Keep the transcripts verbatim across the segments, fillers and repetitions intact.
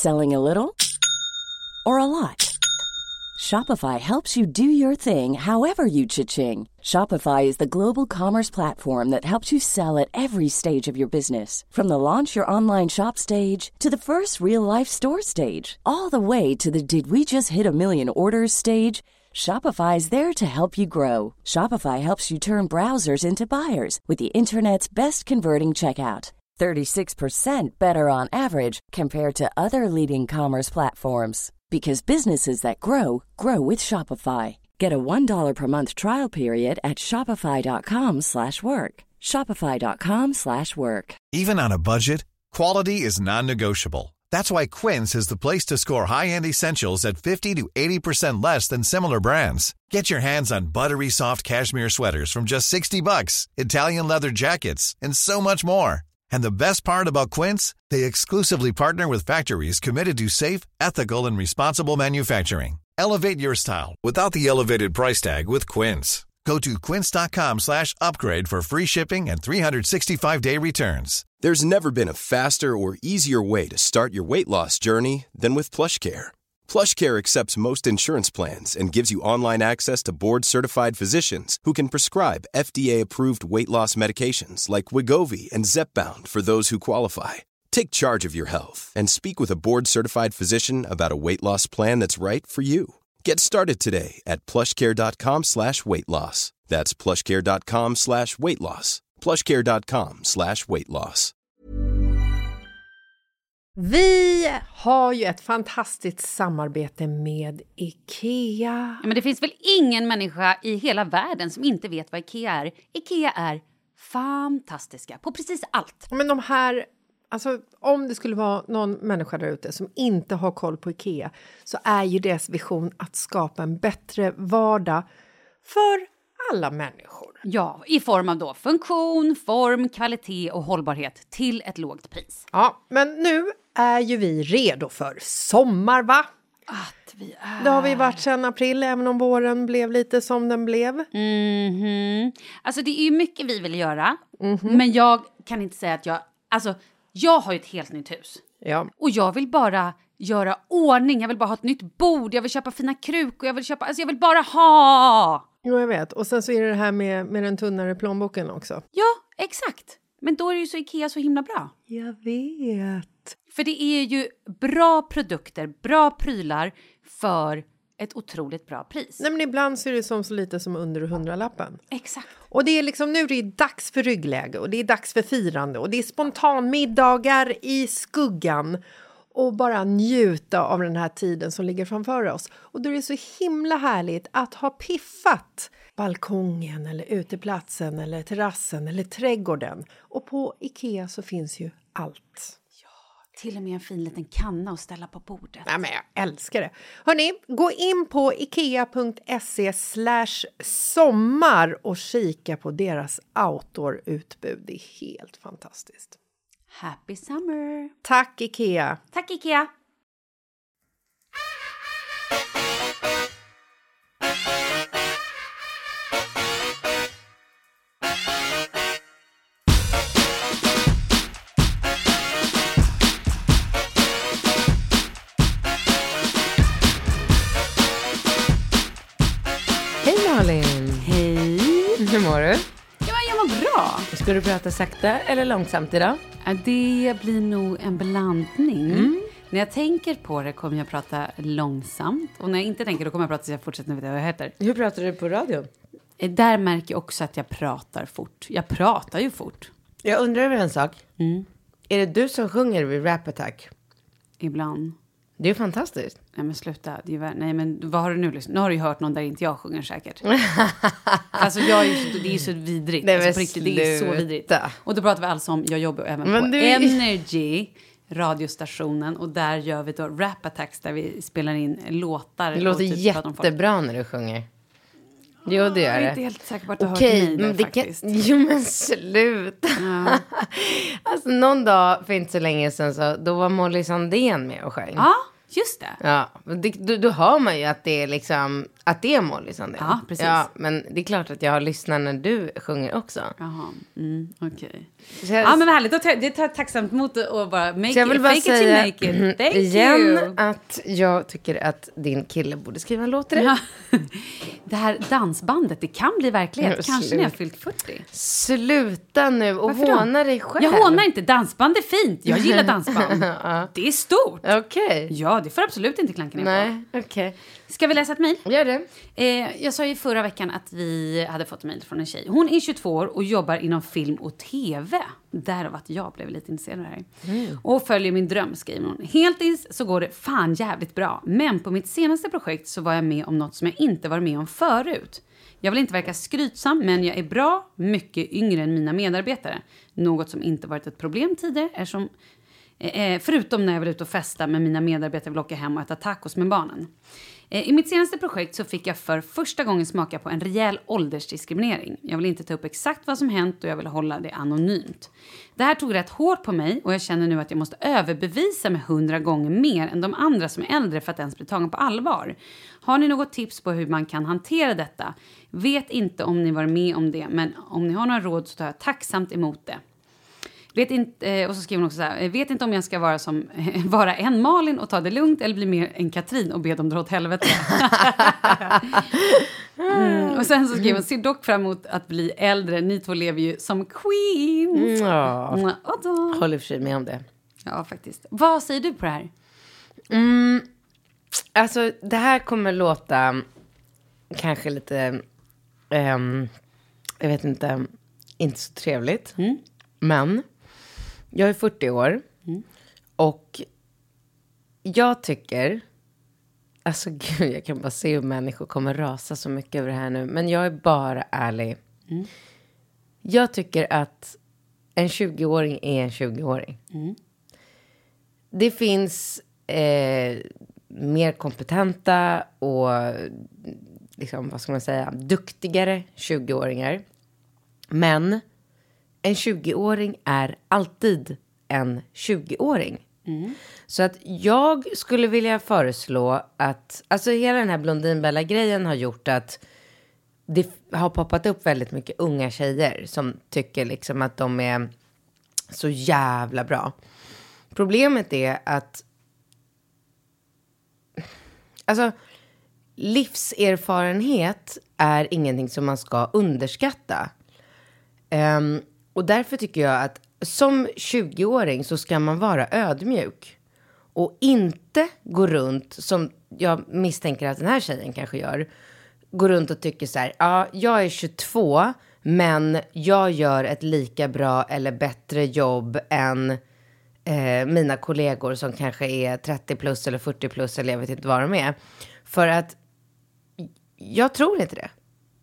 Selling a little or a lot? Shopify helps you do your thing however you cha-ching. Shopify is the global commerce platform that helps you sell at every stage of your business. From the launch your online shop stage to the first real-life store stage, all the way to the did we just hit a million orders stage. Shopify is there to help you grow. Shopify helps you turn browsers into buyers with the internet's best converting checkout. thirty-six percent better on average compared to other leading commerce platforms. Because businesses that grow, grow with Shopify. Get a one dollar per month trial period at shopify.com slash work. Shopify.com slash work. Even on a budget, quality is non-negotiable. That's why Quince is the place to score high-end essentials at fifty to eighty percent less than similar brands. Get your hands on buttery soft cashmere sweaters from just sixty bucks, Italian leather jackets, and so much more. And the best part about Quince, they exclusively partner with factories committed to safe, ethical, and responsible manufacturing. Elevate your style without the elevated price tag with Quince. Go to quince.com slash upgrade for free shipping and three sixty-five day returns. There's never been a faster or easier way to start your weight loss journey than with PlushCare. PlushCare accepts most insurance plans and gives you online access to board-certified physicians who can prescribe F D A-approved weight loss medications like Wegovy and Zepbound for those who qualify. Take charge of your health and speak with a board-certified physician about a weight loss plan that's right for you. Get started today at plushcare.com slash weight loss. That's plushcare.com slash weight loss. plushcare.com slash weight loss. Vi har ju ett fantastiskt samarbete med IKEA. Men det finns väl ingen människa i hela världen som inte vet vad IKEA är. IKEA är fantastiska på precis allt. Men de här, alltså om det skulle vara någon människa där ute som inte har koll på IKEA, så är ju deras vision att skapa en bättre vardag för alla människor. Ja, i form av då funktion, form, kvalitet och hållbarhet till ett lågt pris. Ja, men nu är ju vi redo för sommar, va? Att vi är... Det har vi varit sedan april, även om våren blev lite som den blev. Mhm. Alltså det är ju mycket vi vill göra. Mm-hmm. Men jag kan inte säga att jag... Alltså, jag har ju ett helt nytt hus. Ja. Och jag vill bara göra ordning. Jag vill bara ha ett nytt bord. Jag vill köpa fina krukor. Jag vill köpa... Alltså jag vill bara ha... Jo, jag vet. Och sen så är det det här med, med den tunnare plånboken också. Ja, exakt. Men då är ju så IKEA så himla bra. Jag vet. För det är ju bra produkter, bra prylar för ett otroligt bra pris. Nej, men ibland så är det som så lite som under hundralappen. Exakt. Och det är liksom, nu är det dags för ryggläge och det är dags för firande och det är spontanmiddagar i skuggan. Och bara njuta av den här tiden som ligger framför oss. Och då är det så himla härligt att ha piffat balkongen eller uteplatsen eller terrassen eller trädgården. Och på IKEA så finns ju allt. Ja, till och med en fin liten kanna att ställa på bordet. Ja, men jag älskar det. Hörrni, gå in på ikea.se slash sommar och kika på deras outdoor-utbud. Det är helt fantastiskt. Happy summer! Tack IKEA! Tack IKEA! Hej Malin! Hej! Hur mår du? Ja, jag mår bra. Ska du prata sakta eller långsamt idag? Ja, det blir nog en blandning. Mm. När jag tänker på det kommer jag prata långsamt. Och när jag inte tänker då kommer jag prata så jag fortsätter med vad jag heter. Hur pratar du på radio? Där märker jag också att jag pratar fort. Jag pratar ju fort. Jag undrar över en sak. Mm. Är det du som sjunger vid Rap Attack? Ibland. Det är fantastiskt. Nej men sluta. Det är väl, nej men vad har du nu lyssnat? Nu har du ju hört någon där inte jag sjunger säkert. Alltså jag är ju så, det är ju så vidrigt. Nej, alltså, på riktigt, det är så vidrigt. Och då pratar vi alltså om, jag jobbar även men på du... Energy radiostationen. Och där gör vi då Rap Attacks där vi spelar in låtar. Det låter typ jättebra när du sjunger. Jo, det gör det. Jag är inte helt säker på att du har Okej, hört mig där, det faktiskt. Kan... Jo, men sluta. Ja. Alltså, någon dag för inte så länge sedan så, då var Molly Sandén med och sjöng. Ja, just det. Ja, det, då, då hör man ju att det är liksom, Att det är Molly Sandén? Ja, precis. Ja, men det är klart att jag har lyssnat när du sjunger också. Jaha, mm, okej. Okay. Ja, men vad härligt. Det tar jag tacksamt emot och bara make jag vill it, bara fake säga it till make it. Thank igen you. att jag tycker att din kille borde skriva en låt till dig. Ja. Det här dansbandet, det kan bli verklighet. Ja, Kanske slut. när jag fyllt fyrtio. Sluta nu och Varför då? håna dig själv. Jag hånar inte. Dansband är fint. Jag gillar dansband. Ja. Det är stort. Okej. Okay. Ja, det får absolut inte klanka ner på. Nej, okej. Okay. Ska vi läsa ett mejl? Gör det. Eh, jag sa ju förra veckan att vi hade fått mejl från en tjej. Hon är tjugotvå år och jobbar inom film och tv. Därav att jag blev lite intresserad av det här. Mm. Och följer min dröm, skriver hon. Heltids så går det fan jävligt bra. Men på mitt senaste projekt så var jag med om något som jag inte var med om förut. Jag vill inte verka skrytsam, men jag är bra, mycket yngre än mina medarbetare. Något som inte varit ett problem tidigare är som... Eh, förutom när jag var ute och festa med mina medarbetare vill åka hem och äta tacos med barnen. Eh, I mitt senaste projekt så fick jag för första gången smaka på en rejäl åldersdiskriminering. Jag vill inte ta upp exakt vad som hänt och jag vill hålla det anonymt. Det här tog rätt hårt på mig och jag känner nu att jag måste överbevisa mig hundra gånger mer än de andra som är äldre för att ens bli tagen på allvar. Har ni något tips på hur man kan hantera detta? Vet inte om ni var med om det, men om ni har några råd så tar jag tacksamt emot det. Vet inte, och så skriver hon också så här, vet inte om jag ska vara som vara en Malin och ta det lugnt eller bli mer en Katrin och be dem dra åt helvete. mm, och sen så skriver hon, ser dock fram emot att bli äldre. Ni två lever ju som queens. Ja, mm, och då... håller för sig med om det. Ja, faktiskt. Vad säger du på det här? Mm, alltså, det här kommer låta kanske lite, um, jag vet inte, inte så trevligt. Mm. Men jag är fyrtio år mm. och jag tycker, alltså gud, jag kan bara se hur människor kommer rasa så mycket över det här nu. Men jag är bara ärlig. Mm. Jag tycker att en tjugoåring är en tjugoåring. Mm. Det finns eh, mer kompetenta och liksom, vad ska man säga, duktigare tjugoåringar. Men en tjugoåring är alltid en tjugoåring. Mm. Så att jag skulle vilja föreslå att... Alltså hela den här Blondinbella-grejen har gjort att det har poppat upp väldigt mycket unga tjejer som tycker liksom att de är så jävla bra. Problemet är att... Alltså, livserfarenhet är ingenting som man ska underskatta. Um, och därför tycker jag att som tjugoåring så ska man vara ödmjuk. Och inte gå runt, som jag misstänker att den här tjejen kanske gör. Gå runt och tycker så här, ja, jag är tjugotvå, men jag gör ett lika bra eller bättre jobb än eh, mina kollegor som kanske är trettio plus eller fyrtio plus eller jag vet inte vad de är. För att jag tror inte det.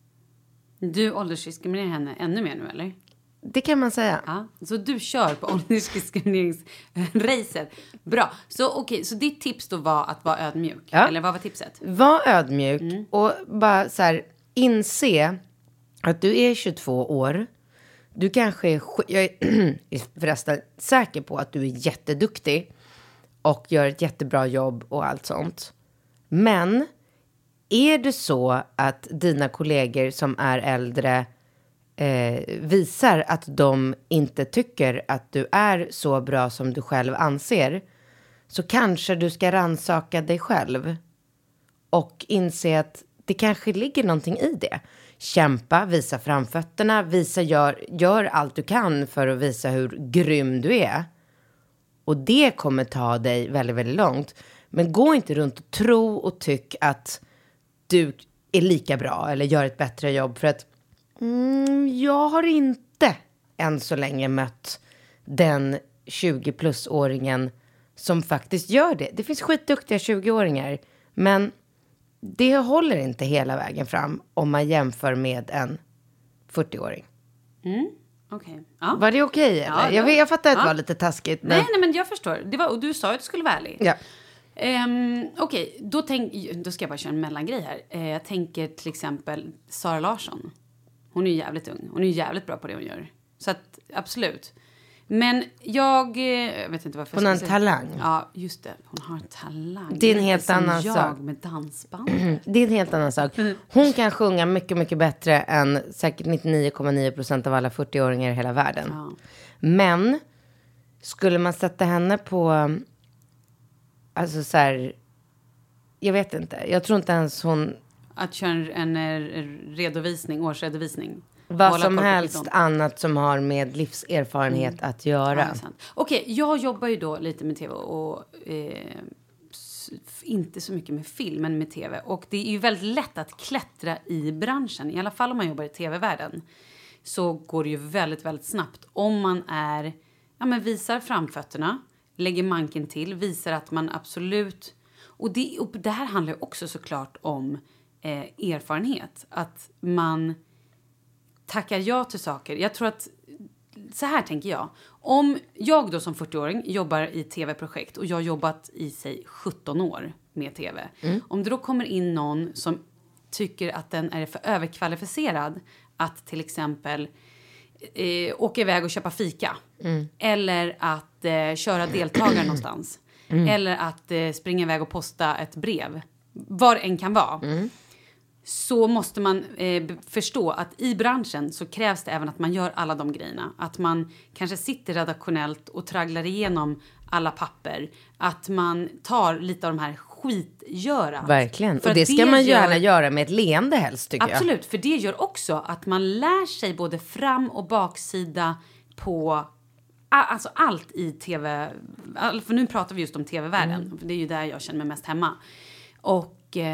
Du åldersdiskriminerar henne ännu mer nu, eller? Det kan man säga. Ja, så du kör på åldersdiskrimineringsracet. Bra. Så okej, okay, så ditt tips då var att vara ödmjuk? Ja. Eller vad var tipset? Var ödmjuk mm. och bara så här, inse att du är tjugotvå år. Du kanske är, jag är förresten säker på att du är jätteduktig och gör ett jättebra jobb och allt sånt. Men är det så att dina kollegor som är äldre eh, visar att de inte tycker att du är så bra som du själv anser, så kanske du ska rannsaka dig själv och inse att det kanske ligger någonting i det. Kämpa, visa framfötterna, visa, gör, gör allt du kan för att visa hur grym du är. Och det kommer ta dig väldigt, väldigt långt. Men gå inte runt och tro och tyck att du är lika bra eller gör ett bättre jobb. För att mm, jag har inte än så länge mött den tjugo-plus-åringen som faktiskt gör det. Det finns skitduktiga tjugo-åringar, men det håller inte hela vägen fram om man jämför med en fyrtio-åring. Mm. Okay. Ja. Var det okej? Okay, ja, jag, jag fattar att det ja. var lite taskigt. Men... Nej, nej, men jag förstår. Det var, och du sa att du skulle vara ärlig. Ja. Um, Okej, okay. då, då ska jag bara köra en mellangrej här. Uh, jag tänker till exempel Sara Larsson. Hon är ju jävligt ung. Hon är ju jävligt bra på det hon gör. Så att, absolut. Men jag, jag vet inte varför. Hon har en talang. Ja, just det. Hon har en talang. Det är en helt annan jag sak. Med dansband. Det är en helt annan sak. Hon kan sjunga mycket, mycket bättre än säkert nittionio komma nio procent av alla fyrtio-åringar i hela världen. Ja. Men skulle man sätta henne på, alltså så här, jag vet inte. Jag tror inte ens hon... Att köra en, en redovisning, årsredovisning. Vad som helst annat som har med livserfarenhet mm. att göra. Ja, okej, okay, jag jobbar ju då lite med tv och eh, inte så mycket med film, men med tv. Och det är ju väldigt lätt att klättra i branschen. I alla fall om man jobbar i tv-världen. Så går det ju väldigt, väldigt snabbt. Om man är, ja men visar framfötterna, lägger manken till, visar att man absolut... Och det, och det här handlar ju också såklart om eh, erfarenhet. Att man... tackar ja till saker. Jag tror att, så här tänker jag. Om jag då som fyrtio-åring jobbar i tv-projekt och jag har jobbat i sig sjutton år med tv. Mm. Om det då kommer in någon som tycker att den är för överkvalificerad att till exempel eh, åka iväg och köpa fika. Mm. Eller att eh, köra deltagare någonstans. Mm. Eller att eh, springa iväg och posta ett brev. Var det än kan vara. Mm. Så måste man eh, förstå att i branschen så krävs det även att man gör alla de grejerna. Att man kanske sitter redaktionellt och tragglar igenom alla papper. Att man tar lite av de här skitgöra. Verkligen, och det ska det man gör... gärna göra med ett leende helst tycker Absolut, jag. Absolut, för det gör också att man lär sig både fram- och baksida på... Alltså allt i tv... För nu pratar vi just om tv-världen. Mm. För det är ju där jag känner mig mest hemma. Och...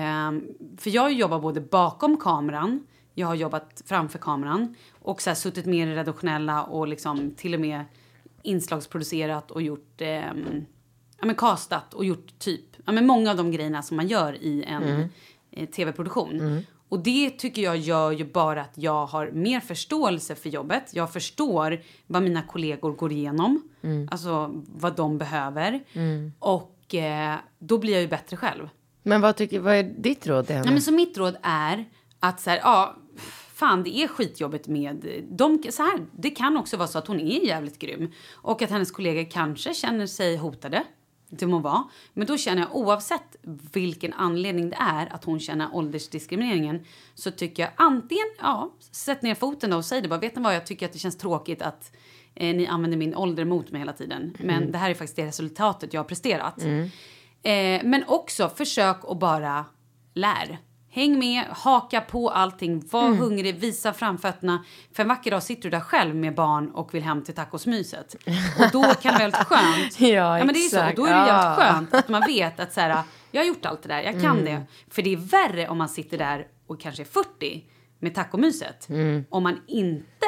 För jag jobbar både bakom kameran, jag har jobbat framför kameran och så här suttit med i redaktionella och liksom till och med inslagsproducerat och gjort, eh, ja men castat och gjort typ, ja men många av de grejerna som man gör i en mm. eh, tv-produktion. Mm. Och det tycker jag gör ju bara att jag har mer förståelse för jobbet. Jag förstår vad mina kollegor går igenom, mm. alltså vad de behöver mm. och eh, då blir jag ju bättre själv. Men vad tycker vad är ditt råd till henne? Ja, men så mitt råd är att så här, ja, fan det är skitjobbigt med de, så här, det kan också vara så att hon är jävligt grym och att hennes kollegor kanske känner sig hotade. Det må vara. Men då känner jag oavsett vilken anledning det är att hon känner åldersdiskrimineringen så tycker jag antingen, ja, sätt ner foten då och säg det bara, vet ni vad, jag tycker att det känns tråkigt att eh, ni använder min ålder mot mig hela tiden. Men mm. det här är faktiskt det resultatet jag har presterat. Mm. Eh, men också försök att bara lär. Häng med, haka på allting, var mm. hungrig, visa framfötterna. För en vacker dag sitter du där själv med barn och vill hem till tacosmyset. Och då kan det vara väldigt skönt. ja, ja, men det är så. Och då är det ja. jävligt skönt att man vet att så här, jag har gjort allt det där, jag kan mm. det. För det är värre om man sitter där och kanske är fyrtio med tacomyset. Mm. Om man inte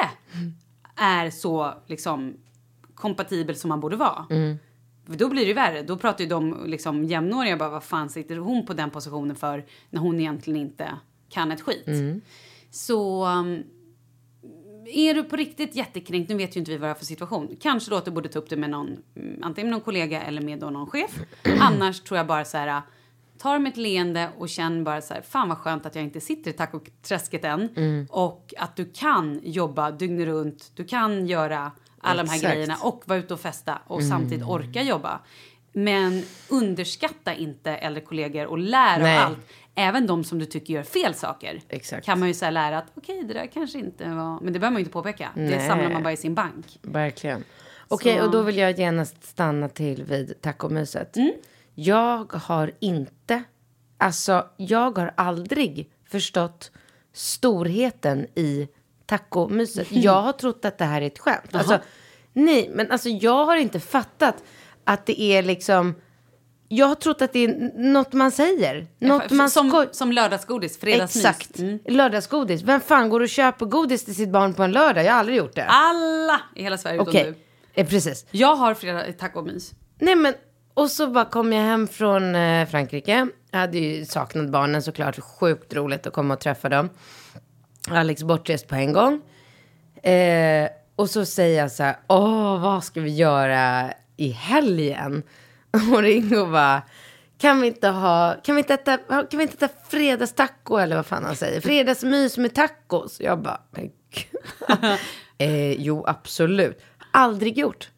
är så liksom kompatibel som man borde vara. Mm. Då blir det värre. Då pratar ju de liksom jämnåriga bara, vad fan sitter hon på den positionen för när hon egentligen inte kan ett skit. Mm. Så um, är du på riktigt jättekränkt, nu vet ju inte vi vad det är för situation. Kanske då att du borde ta upp det med någon, antingen med någon kollega eller med då någon chef. Annars tror jag bara så här, ta det med ett leende och känn bara så här, fan vad skönt att jag inte sitter i tacoträsket än. Mm. Och att du kan jobba dygnet runt, du kan göra alla Exakt. De här grejerna och vara ute och festa och mm. samtidigt orka jobba. Men underskatta inte äldre kollegor och lär av allt. Även de som du tycker gör fel saker. Exakt. Kan man ju säga lära att okej, okay, det där kanske inte var... Men det behöver man ju inte påpeka. Nej. Det samlar man bara i sin bank. Verkligen. Okej, okay, och då vill jag genast stanna till vid tacomyset. Mm. Jag har inte... Alltså, jag har aldrig förstått storheten i tacomyset. Mm. Jag har trott att det här är ett skämt. Alltså, nej, men alltså jag har inte fattat att det är liksom... Jag har trott att det är något man säger. Något ja, man som, sko- som lördagsgodis, fredagsmys. Exakt, mm. lördagsgodis. Vem fan går och köper godis till sitt barn på en lördag? Jag har aldrig gjort det. Alla i hela Sverige utom okay. du. Eh, precis. Jag har fredag tacomys. Nej, men... Och så bara kom jag hem från eh, Frankrike. Jag hade ju saknat barnen såklart. Sjukt roligt att komma och träffa dem. Alex bortrest på en gång. Eh, och så säger jag så här, åh, vad ska vi göra i helgen? Och Ringo bara, kan vi inte ha, kan vi inte äta, kan vi inte äta fredagstaco eller vad fan han säger? Fredagsmys med tacos. Jag bara, men gud. eh, jo, absolut. Aldrig gjort.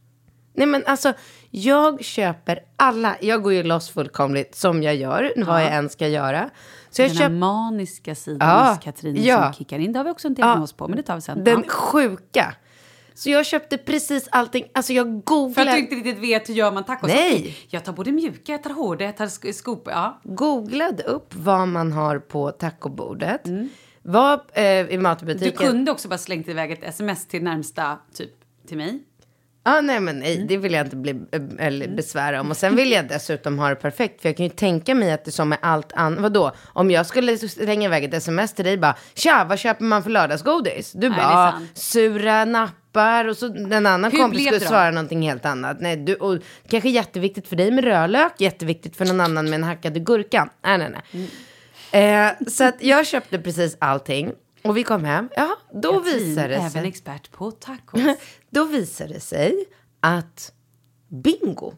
Nej men alltså, jag köper alla, jag går ju loss fullkomligt som jag gör, ja. vad jag än ska göra. Så jag den köp... här maniska sidan ja. hos Katrin ja. som kickar in. Det har vi också en diagnos ja. på, men det tar vi sen. Den ja. sjuka. Så jag köpte precis allting, alltså jag googlade. För att du inte riktigt vet hur gör man tacos. Nej. Jag tar både mjuka, jag tar hårda, jag tar skop. Ja. Googlade upp vad man har på tacobordet. Mm. Var eh, i matbutiken. Du kunde också bara slängt iväg ett sms till närmsta, typ till mig. Ja, ah, nej men nej, mm. det vill jag inte bli eller besvära om. Och sen vill jag dessutom ha det perfekt. För jag kan ju tänka mig att det som med allt annat. Vadå? Om jag skulle slänga iväg ett sms till dig bara, tja, vad köper man för lördagsgodis? Du nej, bara, sura nappar. Och så en annan Hur kompis skulle svara någonting helt annat. Nej, du, och kanske jätteviktigt för dig med rödlök. Jätteviktigt för någon annan med en hackad gurka. Nej, nej, nej. Mm. Eh, så att jag köpte precis allting. Och vi kom hem. Ja, då Katrin, visade det sig. även expert på tacos. Då visade det sig att Bingo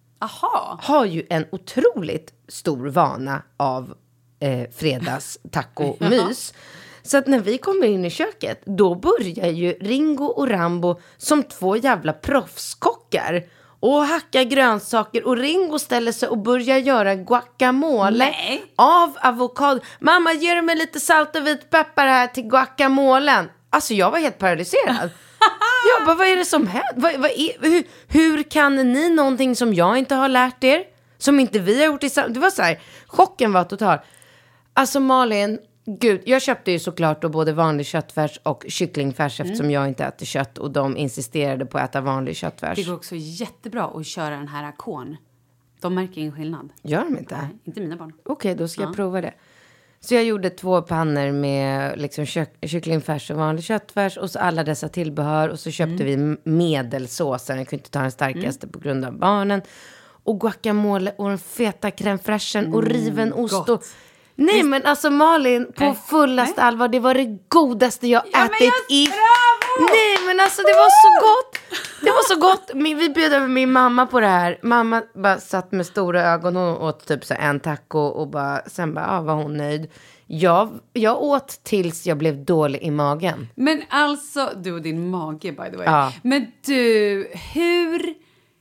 Aha. har ju en otroligt stor vana av eh, fredags taco-mys. Så att när vi kommer in i köket, då börjar ju Ringo och Rambo som två jävla proffskockar och hacka grönsaker. Och Ringo ställer sig och börjar göra guacamole Nej. av avokado. Mamma, ger mig lite salt och vitpeppar här till guacamolen. Alltså jag var helt paralyserad. Jag bara, vad är det som händer? Vad, vad är, hur, hur kan ni någonting som jag inte har lärt er? Som inte vi har gjort i sam- Det var så här, chocken var total. Alltså Malin, gud, jag köpte ju såklart då både vanlig köttfärs och kycklingfärs mm. eftersom jag inte äter kött och de insisterade på att äta vanlig köttfärs. Det går också jättebra att köra den här akon. De märker ingen skillnad. Gör de inte? Nej, inte mina barn. Okej, okay, då ska ja. jag prova det. Så jag gjorde två pannor med liksom kök- kycklingfärs och vanlig köttfärs och så alla dessa tillbehör. Och så köpte mm. vi medelsåsen. Jag kunde inte ta den starkaste mm. på grund av barnen. Och guacamole och den feta crème fraîchen mm. och riven ost. Gott. Och... Nej, Visst... men alltså Malin, på Nej. fullaste Nej. allvar, det var det godaste jag ja, ätit jag... i... Bravo! Nej, men alltså det var så gott. Det var så gott. Vi bjöd över min mamma på det här. Mamma bara satt med stora ögon och åt typ så en taco och bara, sen bara, ah, var hon nöjd. Jag, jag åt tills jag blev dålig i magen. Men alltså, du och din mage by the way. Ja. Men du, hur...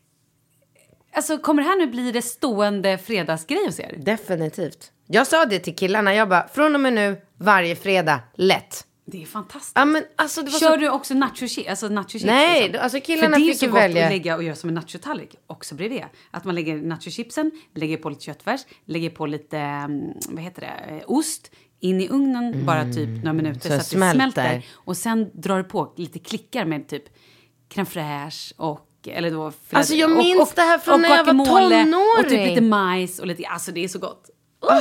Alltså kommer det här nu bli det stående fredagsgrej hos er? Definitivt. Jag sa det till killarna, jag bara, från och med nu, varje fredag, lätt. Det är fantastiskt. Ja, men, alltså, det var Kör så... du också nacho-chips? Alltså nacho Nej, liksom? alltså killarna fick välja. För det är så gott välja. att lägga och göra som en nachotallrik också bredvid. Att man lägger nacho-chipsen, lägger på lite köttfärs, lägger på lite, vad heter det, ost. In i ugnen mm. bara typ några minuter så, så att smälter. det smälter. Och sen drar du på lite klickar med typ crème fraîche och eller då alltså jag minns och, och, det här från när jag var tonåring. Och typ lite majs och lite, alltså det är så gott.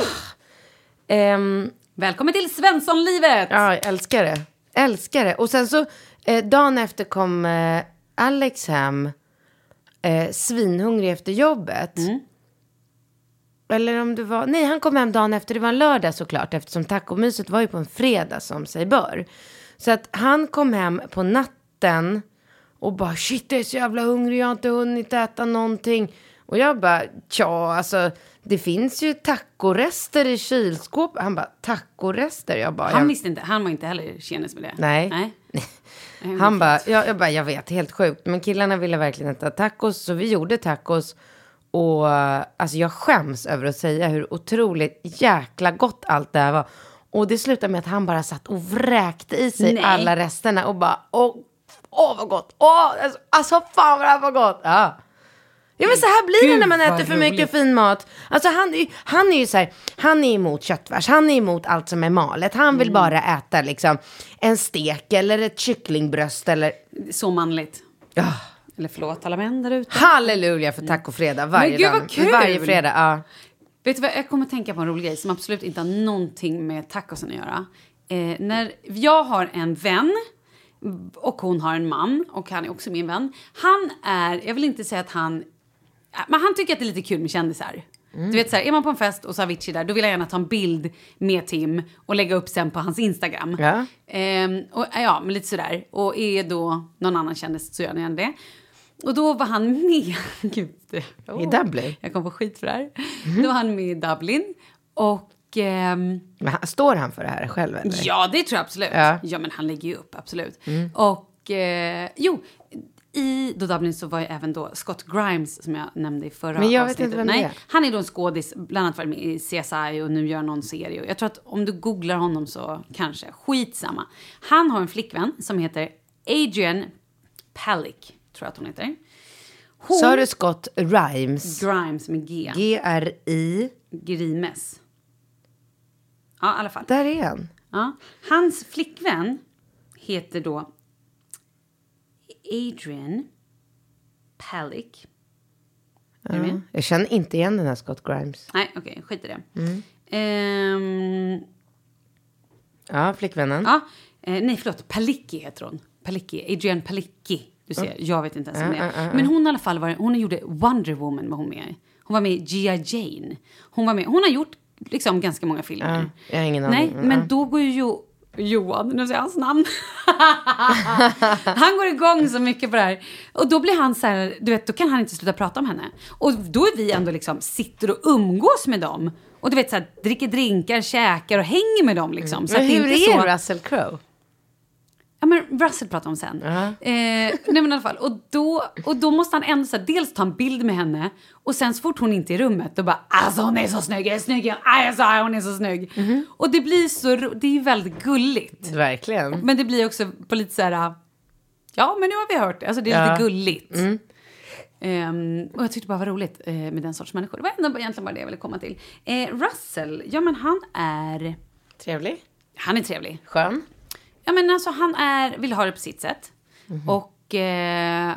Uh. Um, Välkommen till Svenssonlivet! Ja, jag älskar det. Älskar det. Och sen så, eh, dagen efter kom eh, Alex hem eh, svinhungrig efter jobbet. Mm. Eller om det var, nej han kom hem dagen efter, det var en lördag såklart. Eftersom tacomyset var ju på en fredag som sig bör. Så att han kom hem på natten och bara, shit jag är så jävla hungrig, jag har inte hunnit äta någonting. Och jag bara, tja, alltså det finns ju tacorester i kylskåp. Han bara, tacorester? Jag bara, han jag... visste inte, han var inte heller tjenis med det. Nej. Nej. Han bara, jag, jag bara, jag vet, helt sjukt. Men killarna ville verkligen äta tacos, så vi gjorde tacos. Och alltså jag skäms över att säga hur otroligt jäkla gott allt det här var. Och det slutade med att han bara satt och vräkte i sig Nej. alla resterna. Och bara, åh, åh vad gott. Åh, alltså, alltså fan vad det här var gott. Ja. Ja men så här blir det när man äter för mycket fin mat. Alltså han, han är ju så här, han är emot köttfärs, han är emot allt som är malet. Han vill mm. bara äta liksom en stek eller ett kycklingbröst eller... Så manligt. Ja. Eller förlåt alla män där ute. Halleluja för tacofredag varje men gud, dag. Vad kul. Varje fredag, ja. Vet du vad, jag kommer att tänka på en rolig grej som absolut inte har någonting med tacosen att göra. Eh, när jag har en vän... Och hon har en man och han är också min vän. Han är, jag vill inte säga att han... Men han tycker att det är lite kul med kändisar. Mm. Du vet så här, är man på en fest och så har Avicii där, då vill jag gärna ta en bild med Tim och lägga upp sen på hans Instagram. Ja. Ehm, och ja, men lite sådär. Och är då någon annan kändis så gör ni gärna det. Och då var han med... Gud, oh, i Dublin? Jag kom på skit för det här. Mm. Då var han med i Dublin och... Um, men han, står han för det här själv eller? Ja, det tror jag absolut. Ja, ja men han lägger ju upp, absolut. Mm. Och eh, jo, i då Dublin så var ju även då Scott Grimes som jag nämnde i förra Men jag vet avsnittet. inte vem Nej, det är. han är då en skådis, bland annat varit med i C S I och nu gör någon serie. Jag tror att om du googlar honom så kanske, skitsamma. Han har en flickvän som heter Adrian Palick, tror jag att hon heter. Hon, Så har du Scott Grimes. Grimes med G. G R I Grimes. Ja, i alla fall. Där är han. Ja. Hans flickvän heter då Adrian Palick. Är du med? Jag känner inte igen den här Scott Grimes. Nej, okej, okay, skit i det. Mm. Ehm, Ja, flickvännen. ja, eh, nej förlåt, Palicki heter hon. Palicki, Adrian Palicki. Du ser, jag vet inte ens om det är. uh, uh, uh. Men hon i alla fall var, hon gjorde Wonder Woman var hon med. Hon var med i G I Jane. Hon var med, hon har gjort liksom ganska många filmer. Uh, jag har ingen Nej, aning. men uh. då går ju jo, Johan, nu säger jag hans namn. Han går igång så mycket på det här. Och då blir han så här, du vet, då kan han inte sluta prata om henne. Och då är vi ändå liksom, sitter och umgås med dem. Och du vet så här, dricker drinkar, käkar och hänger med dem liksom. Så Men att det hur inte är så... Russell Crowe? Ja, men Russell pratar om sen. Uh-huh. Eh, nej, men i alla fall. Och då, och då måste han ändå så här, dels ta en bild med henne. Och sen så fort hon inte är i rummet, då bara, alltså hon är så snygg, jag är snygg, alltså hon är så snygg. Mm-hmm. Och det blir så, det är ju väldigt gulligt. Verkligen. Men det blir också på lite så här, ja men nu har vi hört det. Alltså det är ja. lite gulligt. Mm. Um, och jag tyckte bara det var roligt uh, med den sorts människor. Det var ändå egentligen bara det jag ville komma till. Uh, Russell, ja men han är... Trevlig. Han är trevlig. Skön. Ja men alltså han är, vill ha det på sitt sätt. Mm-hmm. Och... Uh,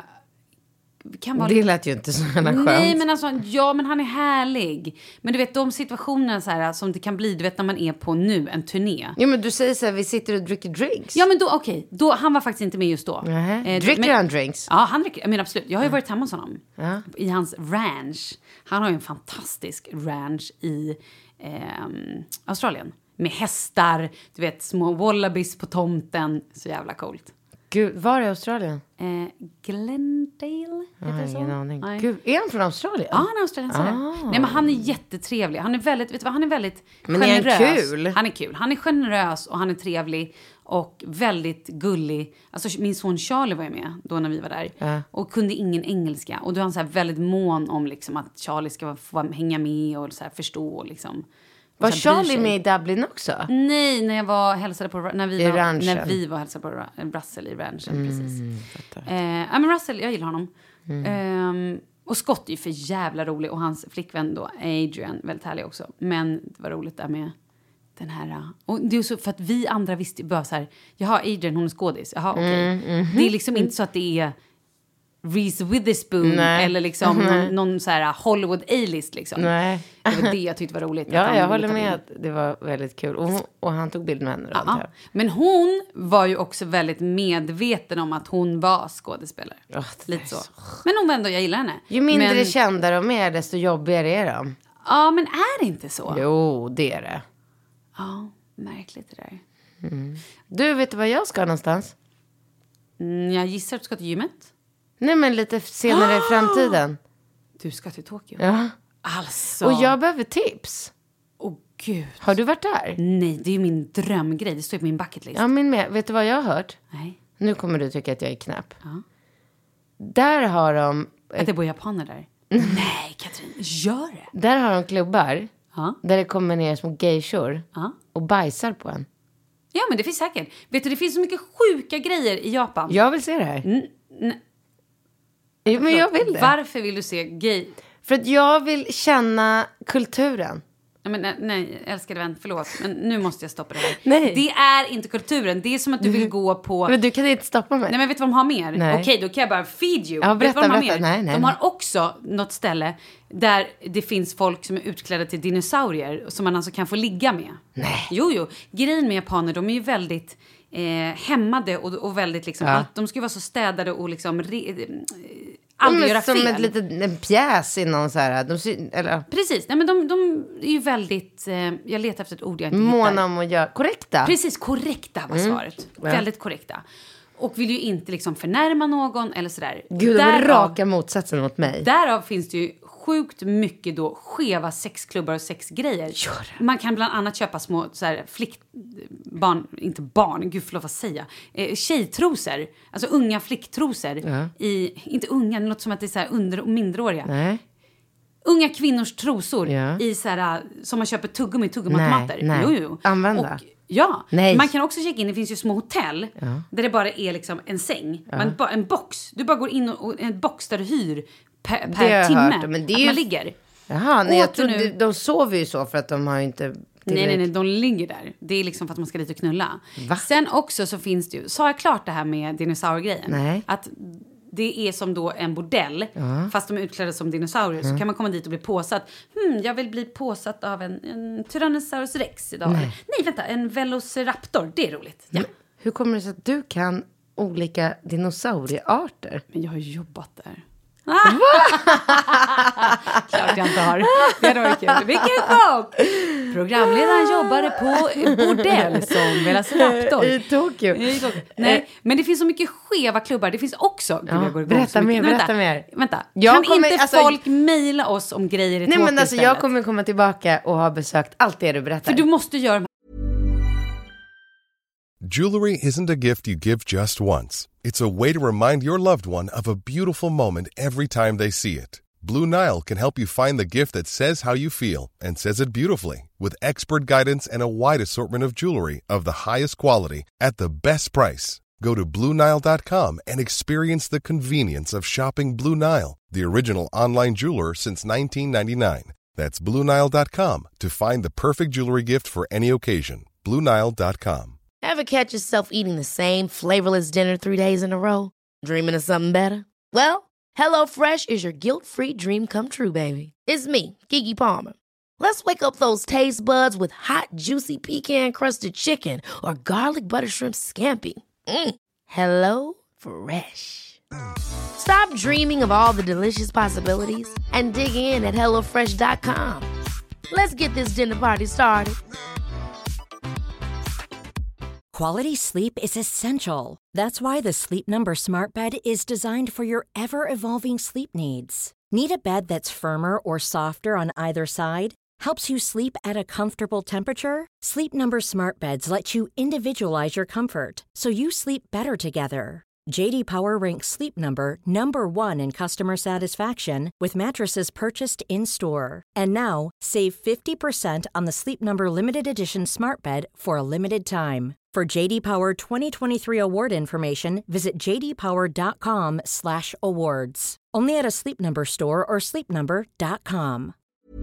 kan vara... Det lät ju inte så jävla skönt. Nej men alltså, ja men han är härlig. Men du vet de situationerna så här, som det kan bli, du vet när man är på nu, en turné. Jo men du säger så här, vi sitter och dricker drinks. Ja men då, okej, okay, då, han var faktiskt inte med just då. Uh-huh. Eh, dricker men, han drinks? Ja, han dricker, men absolut. Jag har ju varit hemma hos honom. Uh-huh. I hans ranch. Han har ju en fantastisk ranch i eh, Australien. Med hästar, du vet, små wallabies på tomten. Så jävla coolt. Gud, var är Australien? Eh, Glendale, heter ah, det så? Ingen aning. Nej. Gud, är han från Australien? Ja, han är australiensare. Ah. Nej, men han är jättetrevlig. Han är väldigt, vet du vad, han är väldigt men generös. är han kul? Han är kul. Han är generös och han är trevlig och väldigt gullig. Alltså min son Charlie var ju med då när vi var där. Äh. Och kunde ingen engelska. Och då är han så här väldigt mån om liksom att Charlie ska få hänga med och så här förstå liksom. Var Charlie med i Dublin också? Nej, när jag var hälsade på när vi I var ranchen. när vi var hälsade på Russell i ranchen Mm, precis. Eh, ja men Russell, jag gillar honom. Mm. Eh, och Scott är ju för jävla rolig och hans flickvän då Adrian väldigt härlig också. Men det var roligt där med den här och det är så för att vi andra visste bara så här, jaha Adrian hon är skådis. Jaha okej. Okay. Mm, mm, det är liksom inte så att det är Reese Witherspoon Nej. eller liksom någon, någon så här Hollywood A-list liksom. Nej. Det var det jag tyckte var roligt. Ja, jag håller med att det var väldigt kul. Och, hon, och han tog bild med henne. Ja, men hon var ju också väldigt medveten om att hon var skådespelare. Oh, lite så. Men hon var ändå, jag gillar henne. Ju mindre men, kända de är, desto jobbigare är de. Ja, men är det inte så? Jo, det är det. Ja, märkligt det där. Mm. Du, vet du vad jag ska någonstans? Mm, jag gissar att du ska till gymmet. Nej, men lite senare i framtiden. Du ska till Tokyo? Ja. Alltså. Och jag behöver tips. Åh, gud. Har du varit där? Nej, det är ju min drömgrej. Det står på min bucketlist. Ja, min med. Vet du vad jag har hört? Nej. Nu kommer du tycka att jag är knäpp. Ja. Där har de... Att det bor japaner där? Nej, Katrin. Gör det. Där har de klubbar. Ja. Där det kommer ner små geishor. Ja. Och bajsar på en. Ja, men det finns säkert. Vet du, det finns så mycket sjuka grejer i Japan. Jag vill se det här. Mm, nej. Jo, men jag vill det. Varför vill du se gay? För att jag vill känna kulturen. Ja, men, nej, nej, älskade vän, förlåt. Men nu måste jag stoppa det här. Nej. Det är inte kulturen. Det är som att du vill gå på... Men du kan inte stoppa mig. Nej, men vet du vad de har mer? Nej. Okej, då kan jag bara feed you. Ja, vet du berätta, vad de har berätta. mer? Nej, nej, de nej. har också något ställe där det finns folk som är utklädda till dinosaurier som man alltså kan få ligga med. Nej. Jo, jo. Grejen med japaner, de är ju väldigt eh, hämmade och, och väldigt liksom... Ja. Allt, de ska ju vara så städade och liksom... Re, eh, aldrig göra som fel. ett litet, en pjäs i någon så här... De, sy- eller, Precis. Nej, men de, de är ju väldigt... Eh, jag letar efter ett ord jag inte måna hittar. om att göra... Korrekta. Precis, korrekta var svaret. Ja. Väldigt korrekta. Och vill ju inte liksom förnärma någon eller sådär. Gud, det var raka motsatsen mot mig. Därav finns det ju sjukt mycket då skeva sexklubbar och sexgrejer. Man kan bland annat köpa små så här, flick, barn, inte barn, gud förlåt vad säga, eh, tjejtrosor, alltså unga flicktrosor, ja. i, inte unga, det låter som att det är så här under och mindreåriga. Nej. Unga kvinnors trosor ja. i så här, som man köper tuggummi, tuggumatomater. Nej, nej. Jo, jo. Använda. Och, ja, nej. Man kan också checka in, det finns ju små hotell ja. där det bara är liksom en säng. Ja. Man, en box, du bara går in och, och en box där du hyr per, det per timme. Hört, men det är att ju... man ligger. Jaha, nej, jag Åter trodde, nu. de sover ju så för att de har ju inte... Nej, nej, nej, de ligger där. Det är liksom för att man ska dit och knulla. Va? Sen också så finns det ju, sa jag klart det här med dinosauriegrejen? Nej. Att det är som då en bordell, ja. fast de är utklädda som dinosaurier. Mm. Så kan man komma dit och bli påsatt. Hmm, jag vill bli påsatt av en, en Tyrannosaurus rex idag. Nej. nej, vänta, en velociraptor. Det är roligt. Ja. Men hur kommer det sig att du kan olika dinosauriearter? Men jag har ju jobbat där. Klart jag inte har. Det hade varit kul. Vilken chock! Programledaren jobbade på bordell som velociraptor I Tokyo. I Tokyo. Nej, men det finns så mycket skeva klubbar. Det finns också... Gud, ja, jag går berätta mer, Nej, berätta vänta, mer. Vänta, jag kan kommer, inte alltså, folk mejla oss om grejer i Nej, Tokyo men alltså istället? jag kommer komma tillbaka och ha besökt allt det du berättar. För du måste göra... Jewelry isn't a gift you give just once. It's a way to remind your loved one of a beautiful moment every time they see it. Blue Nile can help you find the gift that says how you feel and says it beautifully, with expert guidance and a wide assortment of jewelry of the highest quality at the best price. Go to Blue Nile dot com and experience the convenience of shopping Blue Nile, the original online jeweler since nineteen ninety-nine. That's Blue Nile dot com to find the perfect jewelry gift for any occasion. Blue Nile dot com. Ever catch yourself eating the same flavorless dinner three days in a row? Dreaming of something better? Well, HelloFresh is your guilt-free dream come true, baby. It's me, Keke Palmer. Let's wake up those taste buds with hot, juicy pecan-crusted chicken or garlic butter shrimp scampi. Mm. Hello Fresh. Stop dreaming of all the delicious possibilities and dig in at hello fresh dot com. Let's get this dinner party started. Quality sleep is essential. That's why the Sleep Number Smart Bed is designed for your ever-evolving sleep needs. Need a bed that's firmer or softer on either side? Helps you sleep at a comfortable temperature? Sleep Number Smart Beds let you individualize your comfort, so you sleep better together. J D Power ranks Sleep Number number one in customer satisfaction with mattresses purchased in-store. And now, save fifty percent on the Sleep Number Limited Edition Smart Bed for a limited time. For J D Power twenty twenty-three award information, visit j d power dot com slash awards. Only at a Sleep Number store or sleep number dot com.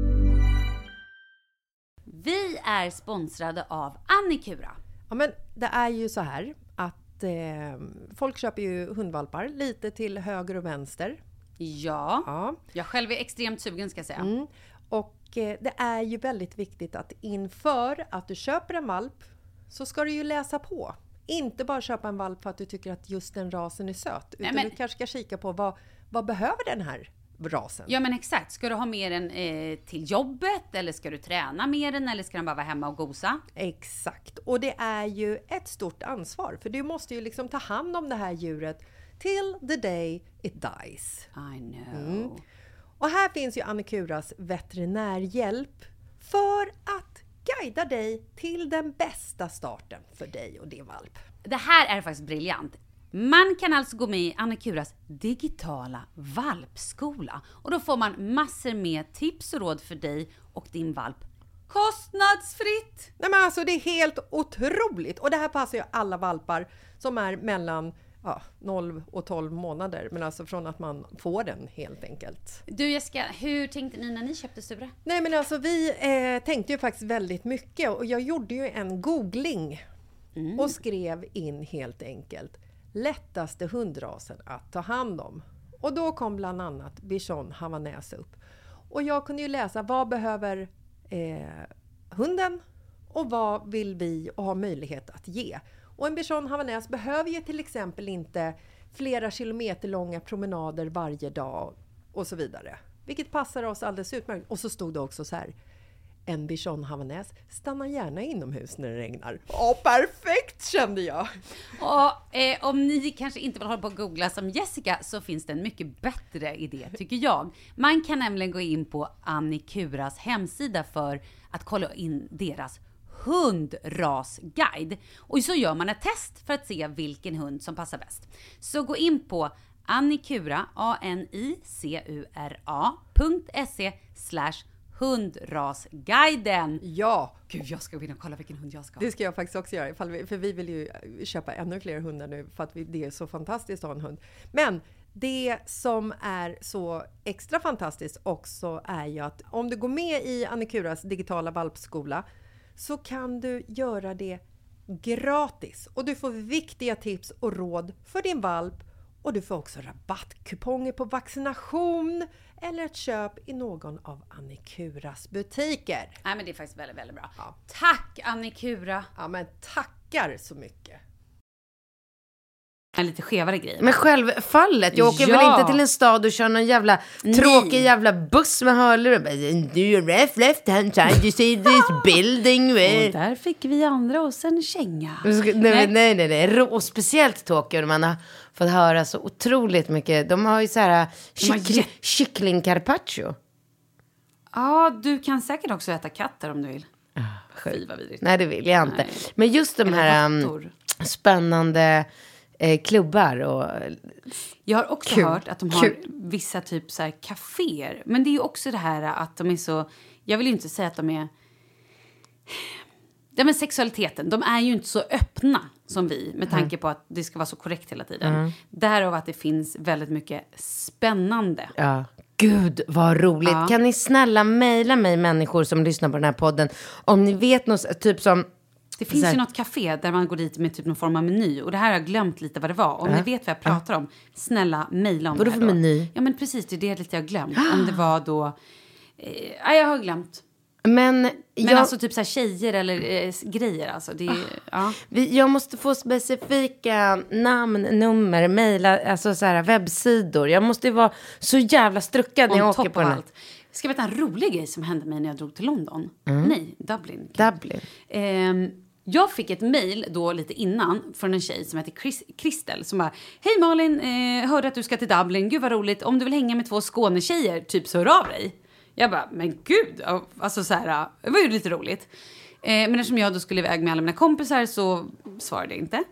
Vi är sponsrade av Annikura. Ja, men det är ju så här att eh, folk köper ju hundvalpar lite till höger och vänster. Ja, ja. Jag själv är extremt sugen ska jag säga. Mm. Och eh, det är ju väldigt viktigt att inför att du köper en valp så ska du ju läsa på. Inte bara köpa en valp för att du tycker att just den rasen är söt. Utan Nej, men... du kanske ska kika på vad, vad behöver den här rasen. Ja men exakt, ska du ha med den eh, till jobbet eller ska du träna med den eller ska den bara vara hemma och gosa? Exakt, och det är ju ett stort ansvar för du måste ju liksom ta hand om det här djuret till the day it dies. I know. Mm. Och här finns ju Annikuras veterinärhjälp för att guida dig till den bästa starten för dig och din valp. Det här är faktiskt briljant. Man kan alltså gå med i Annikuras digitala valpskola. Och då får man massor med tips och råd för dig och din valp. Kostnadsfritt! Nej men alltså det är helt otroligt. Och det här passar ju alla valpar som är mellan ja, noll och tolv månader. Men alltså från att man får den helt enkelt. Du Jessica, hur tänkte ni när ni köpte Sura? Nej men alltså vi eh, tänkte ju faktiskt väldigt mycket. Och jag gjorde ju en googling. Mm. Och skrev in helt enkelt. Lättaste hundrasen att ta hand om. Och då kom bland annat Bichon Havanäs upp. Och jag kunde ju läsa vad behöver eh, hunden och vad vill vi och ha möjlighet att ge. Och en Bichon Havanäs behöver ju till exempel inte flera kilometer långa promenader varje dag och så vidare. Vilket passar oss alldeles utmärkt. Och så stod det också så här. En Bichon Havanäs stannar gärna inomhus när det regnar. Åh, perfekt kände jag! Och eh, om ni kanske inte vill hålla på att googla som Jessica så finns det en mycket bättre idé tycker jag. Man kan nämligen gå in på Annikuras hemsida för att kolla in deras hundrasguide. Och så gör man ett test för att se vilken hund som passar bäst. Så gå in på Anicura, A-N-I-C-U-R-A punkt se slash hundrasguiden. Ja. Gud, jag ska gå in och kolla vilken hund jag ska ha. Det ska jag faktiskt också göra. Ifall vi, för vi vill ju köpa ännu fler hundar nu. För att vi, det är så fantastiskt att ha en hund. Men det som är så extra fantastiskt också är ju att om du går med i Anicuras digitala valpskola så kan du göra det gratis. Och du får viktiga tips och råd för din valp. Och du får också rabattkuponger på vaccination eller ett köp i någon av Anicuras butiker. Nej, men det är faktiskt väldigt, väldigt bra. Ja. Tack Anicura. Ja, men tackar så mycket. En lite skevare grej. Men självfallet, jag åker Ja. väl inte till en stad och kör någon jävla Nej. tråkig jävla buss med hörlurar. Do you left left hand side, you see this building? Och där fick vi andra oss en känga. Nej, nej, nej, nej, nej. Och speciellt Tokyo, man har fått höra så otroligt mycket. De har ju så här De har kyckling, jätte- kyckling carpaccio. Ja, du kan säkert också äta katter om du vill. Sjukt. Fy, vad vidrigt. Nej, det vill jag inte. Nej. Men just de Eller här um, råttor. spännande eh, klubbar och... Jag har också Kul. hört att de har Kul. vissa typ så här kaféer. Men det är ju också det här att de är så... Jag vill ju inte säga att de är... Ja, men sexualiteten. De är ju inte så öppna som vi. Med tanke på att det ska vara så korrekt hela tiden. Mm. Därav att det finns väldigt mycket spännande. Ja. Gud, vad roligt. Ja. Kan ni snälla mejla mig, människor som lyssnar på den här podden, om ni vet något, typ som... Det finns så här- ju något café där man går dit med typ någon form av meny. Och det här har jag glömt lite vad det var. Om Ja. ni vet vad jag pratar om, snälla mejla om Vadå det här för då. meny? Ja, men precis, det är det lite jag har glömt. Om det var då... Eh, nej, jag har glömt. Men, Men jag, alltså typ så här tjejer eller eh, grejer alltså. Det är, ja. vi, jag måste få specifika namn, nummer, mejla, alltså så här webbsidor. Jag måste ju vara så jävla struckad när jag On åker top på of den här. allt. Ska jag berätta en rolig grej som hände mig när jag drog till London? Nej, Dublin. Dublin. Ehm, jag fick ett mejl då lite innan från en tjej som heter Chris, Kristel som bara: hej Malin, eh, hörde att du ska till Dublin, gud vad roligt, om du vill hänga med två Skånetjejer, typ så hör av dig. Jag bara, men gud, alltså så här, det var ju lite roligt. Eh, men eftersom jag då skulle iväg med alla mina kompisar så svarade jag inte.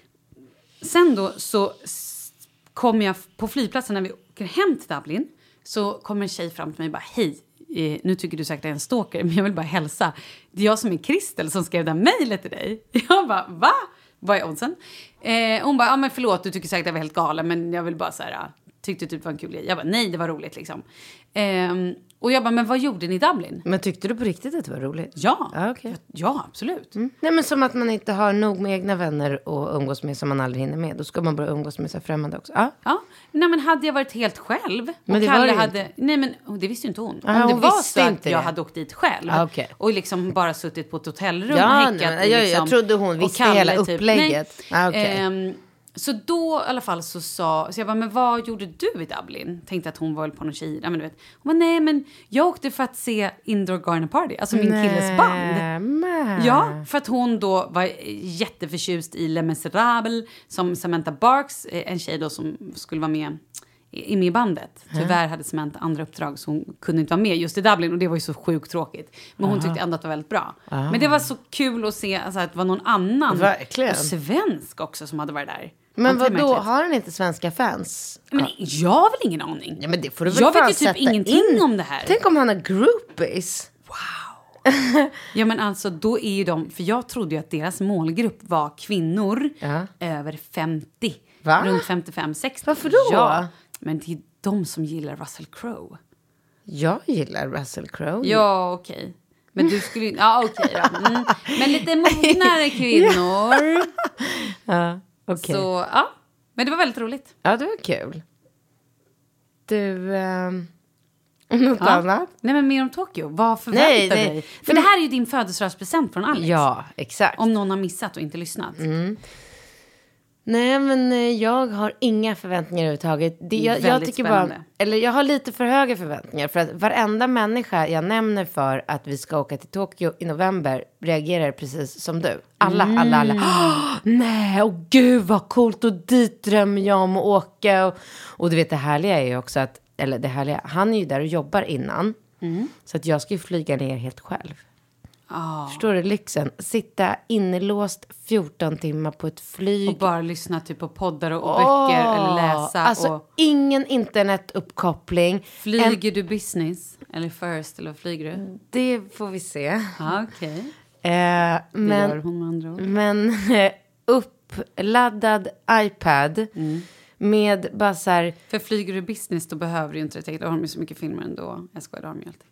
Sen då så s- kom jag på flygplatsen när vi åker hem till Dublin. Så kommer en tjej fram till mig och bara, hej, eh, nu tycker du säkert att jag är en stalker, men jag vill bara hälsa. Det är jag som är Kristel som skrev det här mejlet till dig. Jag bara, va? Vad är oddsen? Eh, hon bara, ja men förlåt, du tycker säkert att jag var helt galen, men jag vill bara så här, tyckte typ det var en kul grej. Jag bara, nej, det var roligt liksom. Eh, och jag bara, men vad gjorde ni i Dublin? Men tyckte du på riktigt att det var roligt? Ja, Ja, okej. ja absolut. Mm. Nej, men som att man inte har nog med egna vänner att umgås med som man aldrig hinner med. Då ska man bara umgås med sig främmande också. Ja. Ja, nej men hade jag varit helt själv Men och det var Kalle det ju hade, nej men oh, det visste ju inte hon. Aha, Om det hon var visste så att inte jag det. hade åkt dit själv Ah, okej. och liksom bara suttit på ett hotellrum Ja, och häckat nej, i jag- liksom, jag trodde hon och visste Kalle hela typ- upplägget. nej. Ah, okej. Ehm, så då i alla fall så sa, så jag bara, men vad gjorde du i Dublin? Tänkte att hon var väl på någon tjej, ja, men du vet. Hon bara, nej men jag åkte för att se Indoor Garden Party, alltså min killes band. Men. Ja, för att hon då var jätteförtjust i Les Misérables som Samantha Barks, eh, en tjej då som skulle vara med i, i med i bandet. Tyvärr hade Samantha andra uppdrag så hon kunde inte vara med just i Dublin och det var ju så sjukt tråkigt. Men hon tyckte ändå att det var väldigt bra. Men det var så kul att se alltså, att det var någon annan Verkligen. och svensk också som hade varit där. Men Var inte det vad då? märkligt? Har han inte svenska fans? Men jag har väl ingen aning. Ja, men det får du väl jag fan vet ju typ sätta ingenting in. om det här. Tänk om han har groupies. Ja men alltså då är ju de, för jag trodde ju att deras målgrupp var kvinnor Ja. över femtio. Va? Runt femtiofem sextio. Varför då? Ja, men det är de som gillar Russell Crowe. Jag gillar Russell Crowe. Ja okej. Men du skulle ju, ja okej då. Mm. Men lite mognare kvinnor. Ja, okej. Så ja, men det var väldigt roligt. Ja, det var kul. Du, ehm, något Ja. annat? Nej men mer om Tokyo, vad förväntar Nej, nej. dig? För det här är ju din födelsedagspresent från Alex. Ja, exakt. Om någon har missat och inte lyssnat. Mm. Nej, men eh, jag har inga förväntningar överhuvudtaget. Det, jag, jag Väldigt tycker spännande. bara, eller jag har lite för höga förväntningar. För att varenda människa jag nämner för att vi ska åka till Tokyo i november reagerar precis som du. Alla, alla, alla. Åh, nej, och gud vad coolt, och dit drömmer jag om att åka. Och, och du vet, det härliga är ju också att, eller det härliga, han är ju där och jobbar innan. Så att jag ska ju flyga ner helt själv. Oh. Förstår du lyxen? Sitta inlåst fjorton timmar på ett flyg. Och bara lyssna typ på poddar och, och oh. böcker eller läsa. Alltså och... ingen internetuppkoppling. Flyger en... du business? Eller first? Eller vad flyger du? Det får vi se. Ah, okej. Okay. Eh, men, gör hon med andra ord. Men eh, uppladdad iPad mm. med bara så här... För flyger du business då behöver du inte det. Då har de så mycket filmer ändå. Jag skojar, det har de ju alltid.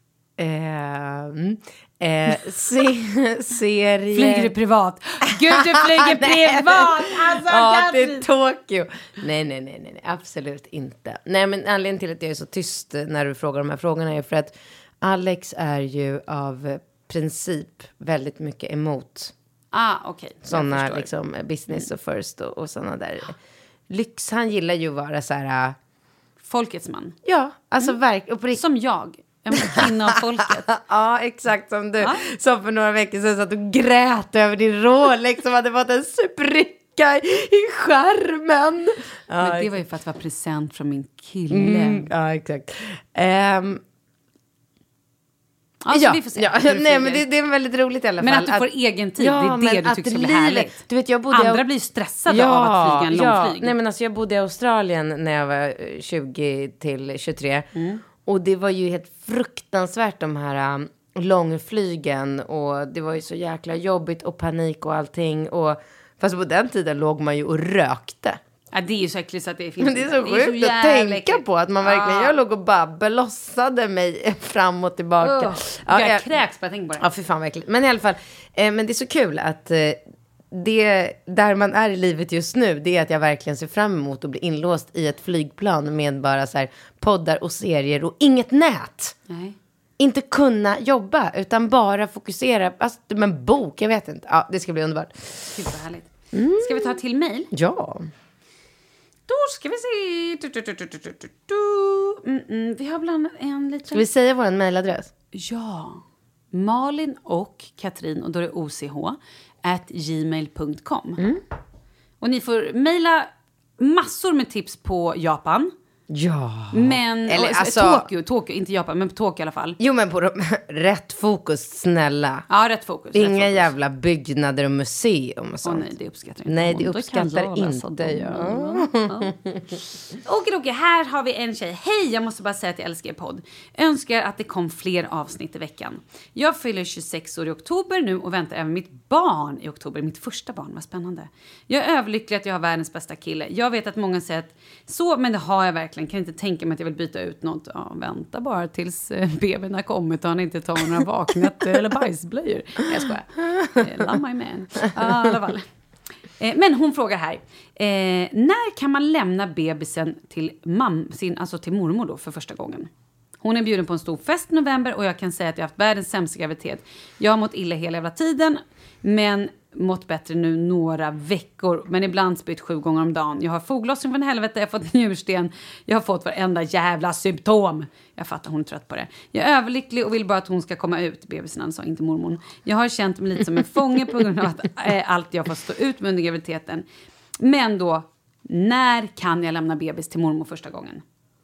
Eh, eh, se, serie... Flyger du privat? Gud, du flyger privat! Alltså, ja, till Tokyo. Nej, nej, nej, nej, absolut inte. Nej, men anledningen till att jag är så tyst när du frågar de här frågorna är för att Alex är ju av princip väldigt mycket emot ah, okay. sådana liksom business och first och, och sådana där lyx. Han gillar ju att vara så här... Folkets man. Ja, alltså mm. verk... Som jag. En kvinna av folket. Ja, exakt som du. Ja. Som för några veckor sedan satt och grät över din Rolex som hade fått en spricka i skärmen. Ja, men det var ju för att det var present från min kille. Mm, ja, exakt. Um, Alltså, ja, vi får se. Ja, nej, men det, det är väldigt roligt i alla fall. Men att du får att, egen tid, ja, det är det du tycker livet, är härligt. Du vet, jag bodde Andra jag, blir stressade ja, av att flyga en lång ja, flyg. Nej, men alltså jag bodde i Australien när jag var tjugo till tjugotre. Mm. Och det var ju helt fruktansvärt de här um, långflygen. Och det var ju så jäkla jobbigt och panik och allting. Och, fast på den tiden låg man ju och rökte. Ja, det är ju så äckligt så att det finns. Men det är så sjukt det är så att tänka äckligt. På att man verkligen, ah. jag låg och bara belossade mig fram och tillbaka. Oh, ja, jag, jag kräks på att tänka på det. Ja, för fan verkligen. Men i alla fall, eh, men det är så kul att eh, det, där man är i livet just nu, det är att jag verkligen ser fram emot att bli inlåst i ett flygplan med bara så här poddar och serier och inget nät. Nej. Inte kunna jobba, utan bara fokusera, alltså, med en bok, jag vet inte. Ja, det ska bli underbart. Gud vad härligt. Mm. Ska vi ta till mejl? Ja. Då ska vi se. Du, du, du, du, du, du. Mm, mm. Vi har bland en liten... Ska vi säga vår mejladress? Ja. Malin och Katrin, och då är det O C H, at gmail punkt com. Mm. Och ni får mejla massor med tips på Japan. Ja. Men, eller och, alltså... Tokyo, Tokyo, inte Japan, men Tokyo i alla fall. Jo, men på de, rätt fokus, snälla. Ja, rätt fokus. Inga rätt fokus. jävla byggnader och museum och sånt. Åh, nej, det uppskattar inte. Nej, det uppskattar inte jag. Okej, okej, här har vi en tjej. Hej, jag måste bara säga att jag älskar er podd. Önskar att det kom fler avsnitt i veckan. Jag fyller tjugosex år i oktober nu och väntar även mitt barn i oktober. Mitt första barn, vad spännande. Jag är överlycklig att jag har världens bästa kille. Jag vet att många säger att så, men det har jag verkligen. Kan inte tänka mig att jag vill byta ut något. Ja, vänta bara tills eh, bebisen har kommit och han inte tar några vaknat eller bajsblöjor. Jag skojar. Eh, love my man. Ah, i alla fall. Eh, men hon frågar här. Eh, när kan man lämna bebisen till, mam, sin, alltså till mormor då för första gången? Hon är bjuden på en stor fest i november och jag kan säga att jag har haft världens sämsta graviditet. Jag har mått illa hela jävla tiden, men mått bättre nu några veckor. Men ibland spytt sju gånger om dagen. Jag har foglossning från helvete, jag har fått njursten. Jag har fått varenda jävla symptom. Jag fattar, hon är trött på det. Jag är överlycklig och vill bara att hon ska komma ut. Bebisen alltså, inte mormon. Jag har känt mig lite som en fånge på grund av att äh, allt jag får stå ut med under graviditeten. Men då, när kan jag lämna bebis till mormor första gången?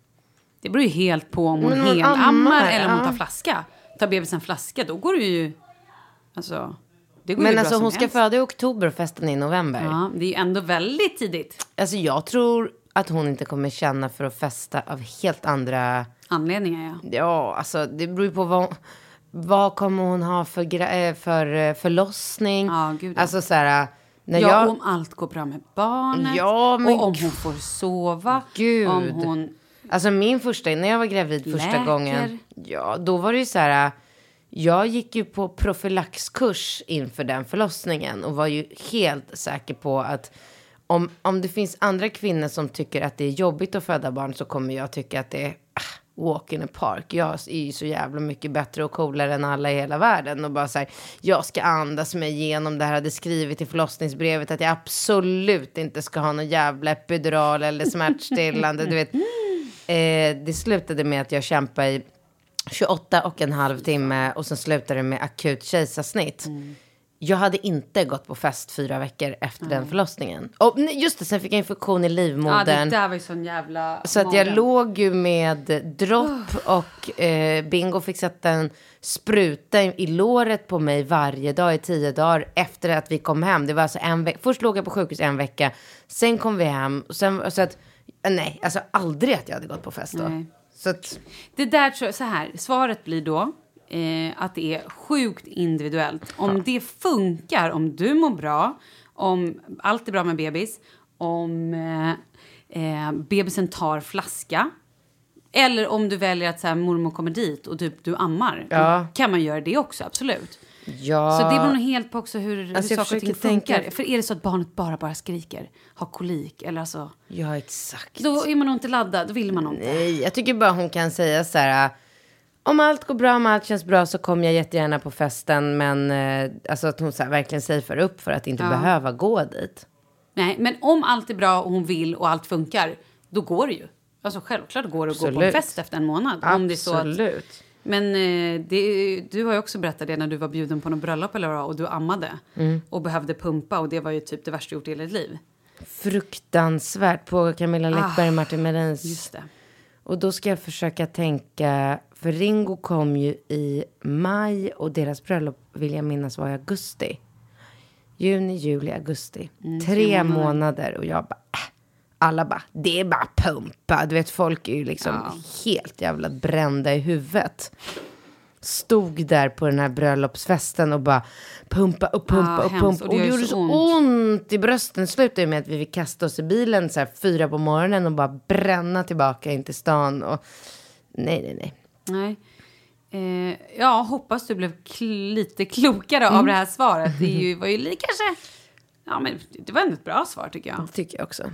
Det beror ju helt på om hon mm, helammar ammar, eller om hon ja. tar flaska. Tar bebisen flaska, då går det ju... Alltså... Men alltså hon ska helst. föda i oktober och festen i november. Ja, det är ju ändå väldigt tidigt. Alltså jag tror att hon inte kommer känna för att festa av helt andra... anledningar, ja. Ja, alltså det beror ju på vad... Vad kommer hon ha för, gra- för förlossning? Ja, gud. Ja. Alltså så här... När ja, jag... om allt går bra med barnet. Ja, men... Och om hon får sova. Gud. Om hon... Alltså min första... När jag var gravid första Läker. gången... Ja, då var det ju så här... Jag gick ju på profylaxkurs inför den förlossningen och var ju helt säker på att om, om det finns andra kvinnor som tycker att det är jobbigt att föda barn så kommer jag tycka att det är ah, walk in a park. Jag är ju så jävla mycket bättre och coolare än alla i hela världen och bara så här, jag ska andas mig igenom det här. Jag hade skrivit i förlossningsbrevet att jag absolut inte ska ha någon jävla epidural eller smärtstillande. Du vet, eh, det slutade med att jag kämpade i tjugoåtta och en halv timme och sen slutade det med akut kejsarsnitt. Mm. jag hade inte gått på fest fyra veckor efter mm. den förlossningen. Och just det, sen fick jag infektion i livmodern. Ja, det där var ju sån jävla Så att jag låg ju med dropp och eh, Bingo fick sätta en spruta i låret på mig varje dag i tio dagar efter att vi kom hem. Det var alltså en vecka. Först låg jag på sjukhus en vecka. Sen kom vi hem. Och sen, så att, nej, alltså aldrig att jag hade gått på fest då. Nej. Så att, det där tror jag, så här, svaret blir då eh, att det är sjukt individuellt. Om ja. det funkar, om du mår bra, om allt är bra med bebis, om eh, eh, bebisen tar flaska, eller om du väljer att så här, mormor kommer dit och typ du ammar, ja. kan man göra det också, absolut. Ja. Så det beror nog helt på också hur, alltså, hur saker och ting funkar. tänka... För är det så att barnet bara bara skriker, har kolik eller alltså... Ja, exakt. Då är man nog inte laddad, då vill man nog inte. Nej, jag tycker bara hon kan säga så här... Om allt går bra, om allt känns bra så kommer jag jättegärna på festen. Men eh, alltså att hon så här, verkligen safear upp för att inte ja. behöva gå dit. Nej, men om allt är bra och hon vill och allt funkar, då går det ju. Alltså självklart går det att Absolut. gå på en fest efter en månad. Absolut. Om det är så att, men eh, det, du har ju också berättat det när du var bjuden på någon bröllop eller vad, och du ammade. Mm. Och behövde pumpa och det var ju typ det värsta gjort i hela ditt liv. Fruktansvärt på Camilla Läckberg och ah, Martin Melins. Just det. Och då ska jag försöka tänka, för Ringo kom ju i maj och deras bröllop vill jag minnas var i augusti. Juni, juli, augusti. Mm, Tre månader. månader och jag bara, äh. Alla bara, det är bara pumpa. Du vet, folk är ju liksom ja. helt jävla brända i huvudet. Stod där på den här bröllopsfesten och bara pumpa och pumpa ah, och pumpa. Och det, och det gjorde så ont. ont i brösten. Slutade med att vi fick kasta oss i bilen så här fyra på morgonen och bara bränna tillbaka in till stan. Och nej, nej, nej. Nej. Eh, ja, hoppas du blev kl- lite klokare mm. av det här svaret. Det är ju, var ju lite kanske... Ja, men det var ändå ett bra svar tycker jag. Det tycker jag också.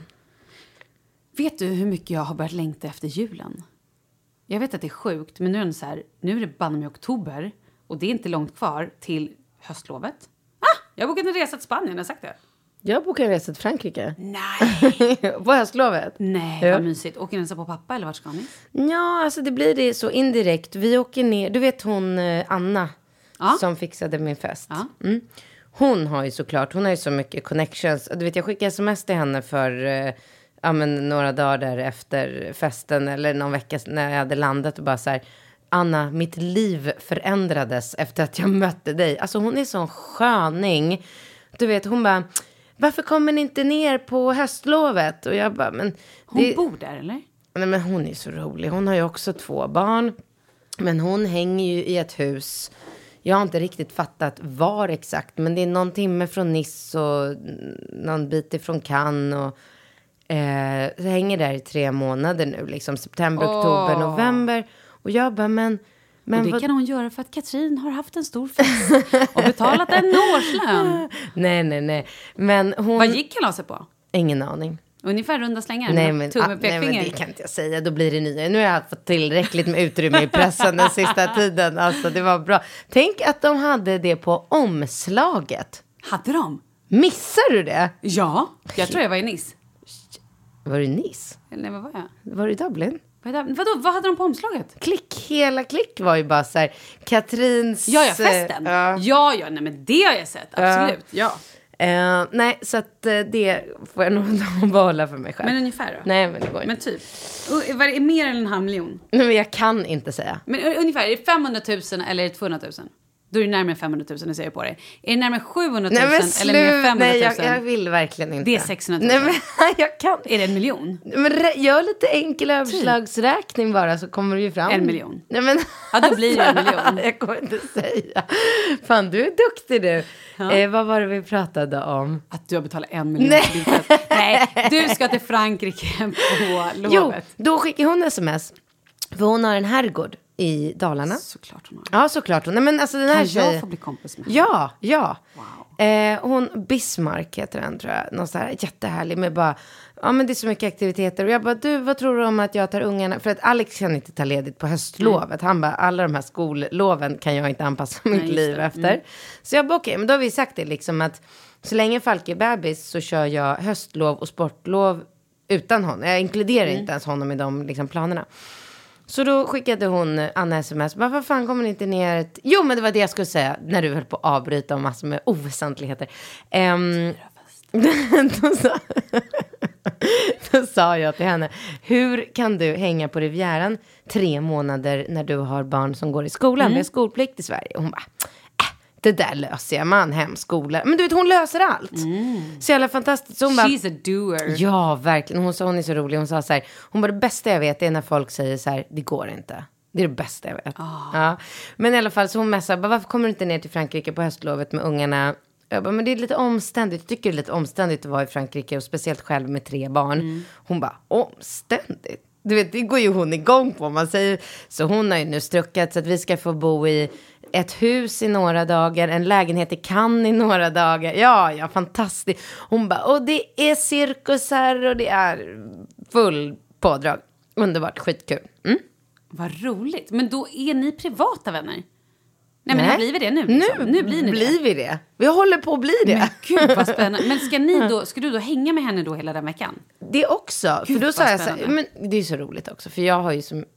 Vet du hur mycket jag har börjat längta efter julen? Jag vet att det är sjukt, men nu är det så här, nu är det banne med oktober och det är inte långt kvar till höstlovet. Ah, jag har bokat en resa till Spanien, har jag sagt det? Jag bokade en resa till Frankrike. Nej. På höstlovet? Nej, ja. Vad mysigt. Åker ni så på pappa eller vart ska ni? Ja, alltså det blir det så indirekt. Vi åker ner, du vet hon Anna ja. som fixade min fest. Ja. Mm. Hon har ju såklart, hon har ju så mycket connections. Du vet, jag skickade sms till henne för... Ja, men några dagar där efter festen eller någon vecka när jag hade landat och bara så här, Anna, mitt liv förändrades efter att jag mötte dig. Alltså hon är sån sköning. Du vet, hon bara, varför kommer ni inte ner på höstlovet? Och jag bara, men... Hon det... bor där, eller? Nej, men hon är så rolig. Hon har ju också två barn. Men hon hänger ju i ett hus. Jag har inte riktigt fattat var exakt. Men det är någon timme från Nice och någon bit ifrån Cannes och... Eh, så hänger där i tre månader nu. Liksom september, oh. oktober, november. Och jag bara, men... men och det vad... kan hon göra för att Katrin har haft en stor fest. Och betalat en årslön. Nej, nej, nej. Men hon... Vad gick kalaset på? Ingen aning. Ungefär runda slängar. Nej men, tumme, ah, nej, men det kan inte jag säga. Då blir det nya. Nu har jag fått tillräckligt med utrymme i pressen den sista tiden. Alltså det var bra. Tänk att de hade det på omslaget. Hade de? Missar du det? Ja, jag tror jag var i Nice. Var du i Nice? Nej, vad var jag? Var du i Dublin? Vadå, vad hade de på omslaget? Klick, hela klick var ju bara så här, Katrins... Ja, ja, festen. Uh, ja, ja, nej men det har jag sett, absolut, uh, ja. Uh, nej, så att uh, det får jag nog behålla för mig själv. Men ungefär då? Nej, men det går inte. Men typ, uh, vad är mer än en halv miljon? Nej, men jag kan inte säga. Men uh, ungefär, är det femhundratusen eller är det tvåhundratusen? Då är det närmare femhundratusen, det säger jag på dig. Är det närmare sjuhundratusen nej, men eller mer femhundratusen? Nej, jag, jag vill verkligen inte. Det är sexhundratusen. Nej, men jag kan. Är det en miljon? Men gör lite enkel överslagsräkning bara så kommer det ju fram. En miljon. Nej, men, ja, då blir det en miljon. Jag kommer inte säga. Fan, du är duktig du. Ja. Eh, vad var det vi pratade om? Att du har betalat en miljon. Nej. Nej, du ska till Frankrike på lovet. Jo, då skickar hon sms. För hon har en herrgård i Dalarna. Såklart hon har. Ja, såklart hon. Nej, men alltså den här kan tjejen... jag få bli kompis med henne? Ja, ja. Wow. Eh, hon, Bismarck heter den tror jag. Någon så här jättehärlig med bara... Ja, men det är så mycket aktiviteter. Och jag bara, du, vad tror du om att jag tar ungarna? För att Alex kan inte ta ledigt på höstlovet. Mm. Han bara, alla de här skolloven kan jag inte anpassa mitt Nej, liv efter. Mm. Så jag bara, okej, okay, men då har vi sagt det liksom att... Så länge Falk är bebis så kör jag höstlov och sportlov utan honom. Jag inkluderar mm. inte ens honom i de liksom, planerna. Så då skickade hon Anna sms. Bara, vad fan kommer ni inte ner? Ett... Jo, men det var det jag skulle säga. När du höll på att avbryta om massor med oväsentligheter. Um, då, sa... då sa jag till henne. Hur kan du hänga på Rivieran tre månader när du har barn som går i skolan? Mm. Det är skolplikt i Sverige. Och hon bara... Det där löser jag, man, hem, skola. Men du vet, hon löser allt. Mm. Så jävla fantastiskt. Så hon bara, she's a doer. Ja, verkligen. Hon sa, hon är så rolig. Hon sa så här, hon bara, det bästa jag vet är när folk säger så här, det går inte. Det är det bästa jag vet. Oh. Ja. Men i alla fall, så hon messade, bara, varför kommer du inte ner till Frankrike på höstlovet med ungarna? Jag bara, men det är lite omständigt. Jag tycker det är lite omständigt att vara i Frankrike. Och speciellt själv med tre barn. Mm. Hon bara, omständigt? Du vet, det går ju hon igång på. Man säger, så hon har ju nu struckat så att vi ska få bo i ett hus i några dagar, en lägenhet i Cannes i några dagar. Ja, ja, fantastiskt. Hon bara, och det är cirkusar och det är full pådrag. Underbart, skitkul. Mm. Vad roligt. Men då är ni privata vänner? Nej, men blir vi det nu? Liksom. Nu, nu blir ni blir det. vi det. Vi håller på att bli det. Men gud vad spännande. Men ska, ni då, ska du då hänga med henne då hela den veckan? Det också. Gud, för då sa jag så här, men det är så roligt också. För jag har ju så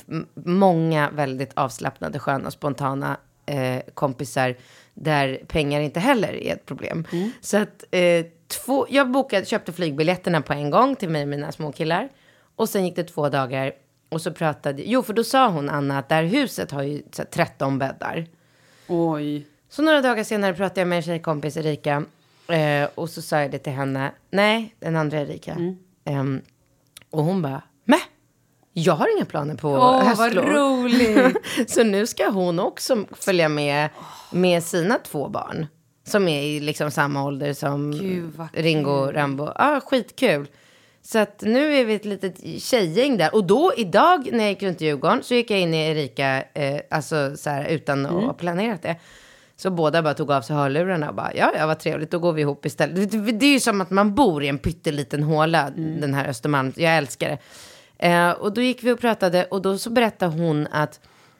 många väldigt avslappnade, sköna, spontana eh, kompisar där pengar inte heller är ett problem. Mm. Så att eh, två, jag bokade, köpte flygbiljetterna på en gång till mig och mina små killar. Och sen gick det två dagar och så pratade, jo för då sa hon Anna att det här huset har ju så här, tretton bäddar. Oj. Så några dagar senare pratade jag med en tjejkompis Erika eh, och så sa jag det till henne. Nej, den andra Erika. Mm. Um, och hon bara, mäh, jag har inga planer på Åh, höstlov. vad roligt. Så nu ska hon också följa med med sina två barn. Som är i liksom samma ålder som Gud, Ringo och Rambo. Ja, ah, skitkul. Så att nu är vi ett litet tjejgäng där. Och då idag när jag gick runt i Djurgården så gick jag in i Erika, eh, alltså så här, utan mm. att ha planerat det. Så båda bara tog av sig hörlurarna och bara, ja, ja, vad trevligt, då går vi ihop istället. Det, det är ju som att man bor i en pytteliten håla, mm. den här Östermalm. Jag älskar det. Eh, och då gick vi och pratade och då så berättade hon att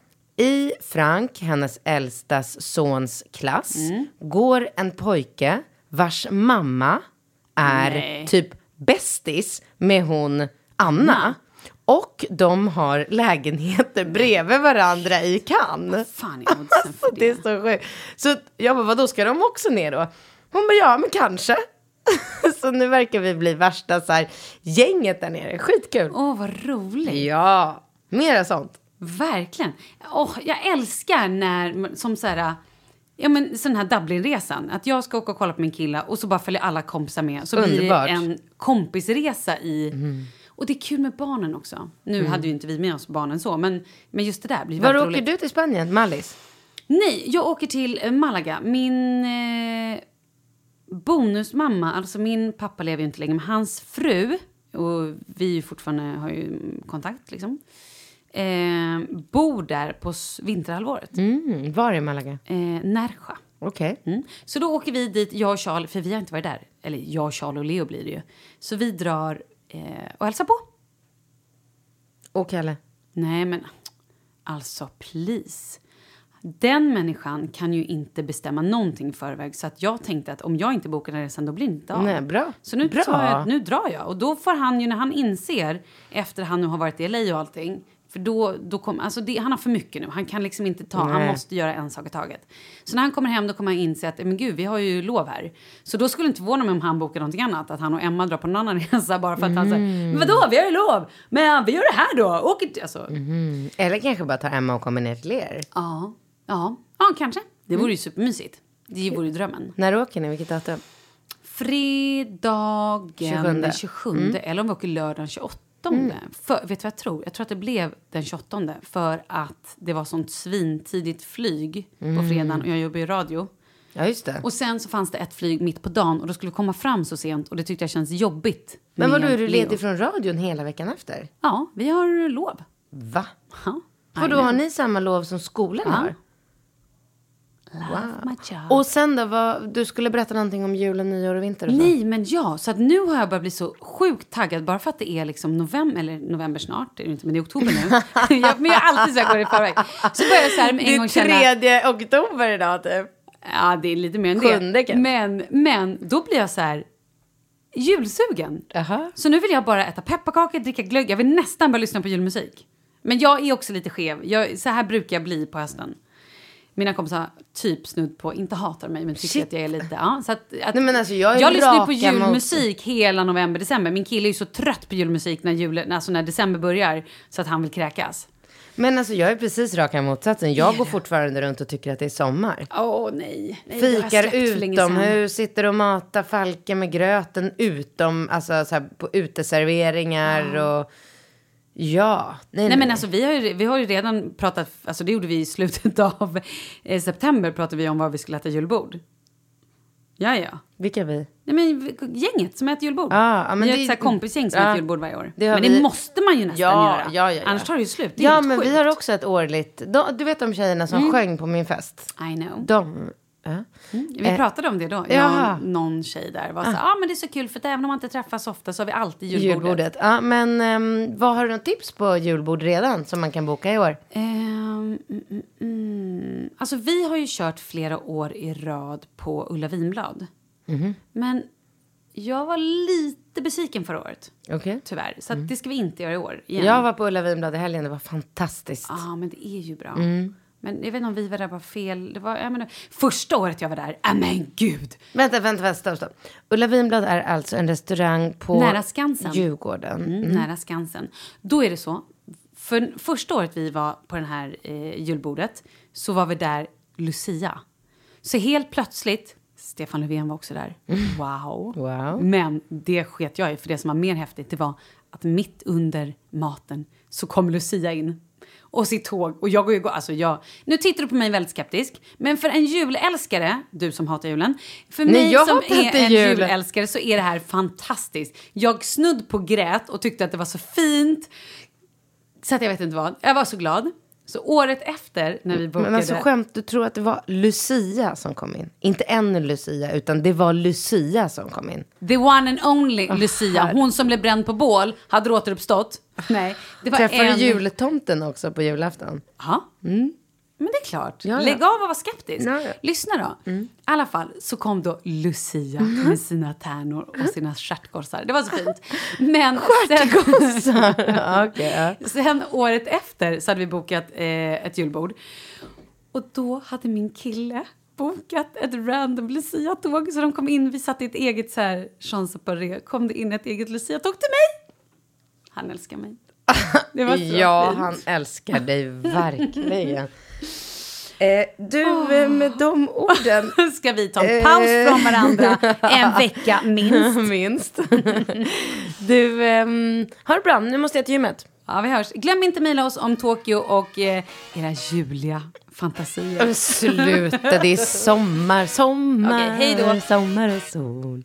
i Frank, hennes äldstas sons klass, mm. går en pojke vars mamma är Nej. typ bästis med hon Anna. Mm. Och de har lägenheter bredvid varandra i Cannes. Vad fan är oddsen för alltså, det? Det är så sjukt. Så jag bara, vadå, ska de också ner då? Hon bara, ja men kanske. Så nu verkar vi bli värsta så här, gänget där nere. Skitkul. Åh, oh, vad roligt. Ja, mera sånt. Verkligen. Oh, jag älskar när, som så här, ja men sån här Dublinresan. Att jag ska åka och kolla på min killa och så bara följer alla kompisar med. Så Underbart. blir det en kompisresa i... Mm. Och det är kul med barnen också. Nu mm. hade ju inte vi med oss barnen så. Men, men just det där blir väldigt roligt. Var åker du till Spanien? Mallis? Nej, jag åker till Malaga. Min eh, bonusmamma, alltså min pappa lever ju inte längre. Men hans fru, och vi fortfarande har ju kontakt liksom. Eh, bor där på vinterhalvåret. Mm, var i Malaga? Eh, Nerja. Okej. Okay. Mm. Så då åker vi dit, jag och Charles, för vi har inte varit där. Eller jag, Charles och Leo blir det ju. Så vi drar eh, och hälsar på. Och Kalle? Nej men, alltså please. Den människan kan ju inte bestämma någonting i förväg. Så att jag tänkte att om jag inte bokar den resan, då blir det inte av. Nej, bra. Så nu, bra. Så jag, nu drar jag. Och då får han ju, när han inser, efter han nu har varit i L A och allting. För då, då kommer, alltså det, han har för mycket nu. Han kan liksom inte ta, Nej. han måste göra en sak i taget. Så när han kommer hem, då kommer han inse att, men gud, vi har ju lov här. Så då skulle det inte förvåna mig om han bokar någonting annat. Att han och Emma drar på någon annan resa bara för att mm. han säger, men vadå, vi har ju lov. Men vi gör det här då. Åker till, alltså. Mm. Eller kanske bara tar Emma och kommer ner till er. Ja, ja, ja kanske. Det vore mm. ju supermysigt. Det vore ju drömmen. När åker ni? Vilket datum? Fredagen tjugosjunde. tjugosjunde mm. Eller om vi åker lördagen tjugoåttonde. Mm. För, vet du vad jag tror? Jag tror att det blev den tjugoåttonde. För att det var sånt svintidigt flyg mm. på fredagen. Och jag jobbar i radio. Ja, just det. Och sen så fanns det ett flyg mitt på dagen. Och då skulle vi komma fram så sent. Och det tyckte jag känns jobbigt. Men vad då, är du ledig från radion hela veckan efter? Ja, vi har lov. Va? Ja. För då har ni samma lov som skolan ja. har? Wow. Och sen då, vad, du skulle berätta någonting om julen, nyår och vinter och så. Nej, men ja, så att nu har jag börjat bli så sjukt taggad. Bara för att det är liksom november, eller november snart. Det är inte, men det är oktober nu. jag, men jag är alltid så här, går i förväg. Så börjar jag så här med en gång känna... Det är tredje oktober idag typ. Ja, det är lite mer än Sjunde, det. Men, men då blir jag så här... julsugen. Uh-huh. Så nu vill jag bara äta pepparkakor, dricka glögg. Jag vill nästan bara lyssna på julmusik. Men jag är också lite skev. Jag, så här brukar jag bli på hösten. Mina kompisar typ snudd på, inte hatar mig, men tycker Shit. att jag är lite... Ja, så att, att, Nej, men alltså, jag jag lyssnar ju på julmusik mot... hela november, december. Min kille är ju så trött på julmusik när, jul, alltså när december börjar så att han vill kräkas. Men alltså jag är precis raka motsatsen. Jag yeah. går fortfarande runt och tycker att det är sommar. Åh oh, nej. nej. Fikar utomhus, sitter och matar falken med gröten utom, alltså så här, på uteserveringar ja. och... Ja. Nej, nej, nej men alltså vi har, ju, vi har ju redan pratat, alltså det gjorde vi i slutet av eh, september, pratade vi om vad vi skulle äta julbord. Ja, ja. Vilka vi? Nej, men gänget som äter julbord. Ah, ja, men vi det, är ett så här kompisgäng som ja, äter julbord varje år. Det men vi... det måste man ju nästan ja, göra. Ja, ja, ja. Annars tar det ju slut. Det ja, men sjukt. Vi har också ett årligt... Du vet de tjejerna som mm. sjöng på min fest? I know. De... Äh. Mm. Vi eh. pratade om det då. Ja. Någon tjej där var så ja ah. ah, men det är så kul för att även om man inte träffas ofta så har vi alltid julbordet. julbordet. Ja, men um, vad har du något tips på julbord redan som man kan boka i år? Um, mm, mm, mm. Alltså vi har ju kört flera år i rad på Ulla Vinblad. Mm-hmm. Men jag var lite besviken förra året. Okay. Tyvärr. Så att det ska vi inte göra i år igen. Jag var på Ulla Vinblad i helgen. Det var fantastiskt. Ja, ah, men det är ju bra. Mm. Men jag vet inte om vi var där var fel. Det var, jag menar, första året jag var där. Äh, men gud. Vänta, vänta, vänta. Stopp. Ulla Vinblad är alltså en restaurang på nära Skansen. Djurgården. Mm, mm. Nära Skansen. Då är det så. För första året vi var på den här eh, julbordet så var vi där Lucia. Så helt plötsligt, Stefan Löfven var också där. Wow. wow. Men det sket jag i, för det som var mer häftigt det var att mitt under maten så kom Lucia in. Och sitt tåg. Och jag går ju... Alltså jag, nu tittar du på mig väldigt skeptisk. Men för en julälskare, du som hatar julen. För Nej, mig jag som är en jul. julälskare så är det här fantastiskt. Jag snudd på grät och tyckte att det var så fint. Så att jag vet inte vad. Jag var så glad. Så året efter när vi bokade... Men alltså skämt, du tror att det var Lucia som kom in? Inte en Lucia, utan det var Lucia som kom in. The one and only oh, Lucia. Här. Hon som blev bränd på bål hade återuppstått. Nej, det var Träffade en... du jultomten också på julafton? Ja. Mm. Men det är klart. Ja, ja. Lägg av och var skeptisk. Ja, ja. Lyssna då. Mm. I alla fall så kom då Lucia mm. med sina tärnor och sina stjärtgossar. Det var så fint. Men stjärtgossar? okay, ja. Sen året efter så hade vi bokat eh, ett julbord. Och då hade min kille bokat ett random Lucia-tåg. Så de kom in, vi satt i ett eget så här chans på det. Kom det in ett eget Lucia-tåg till mig. Han älskar mig. Det var så ja, fint. Han älskar dig verkligen. Eh, du, oh. med de orden... Ska vi ta en paus eh. från varandra en vecka minst? minst. Du, eh, har det bra. Nu måste jag till gymmet. Ja, vi hörs. Glöm inte mejla oss om Tokyo och eh, era juliga fantasier. Sluta, det är sommar, sommar, okay, hej då. sommar och sol.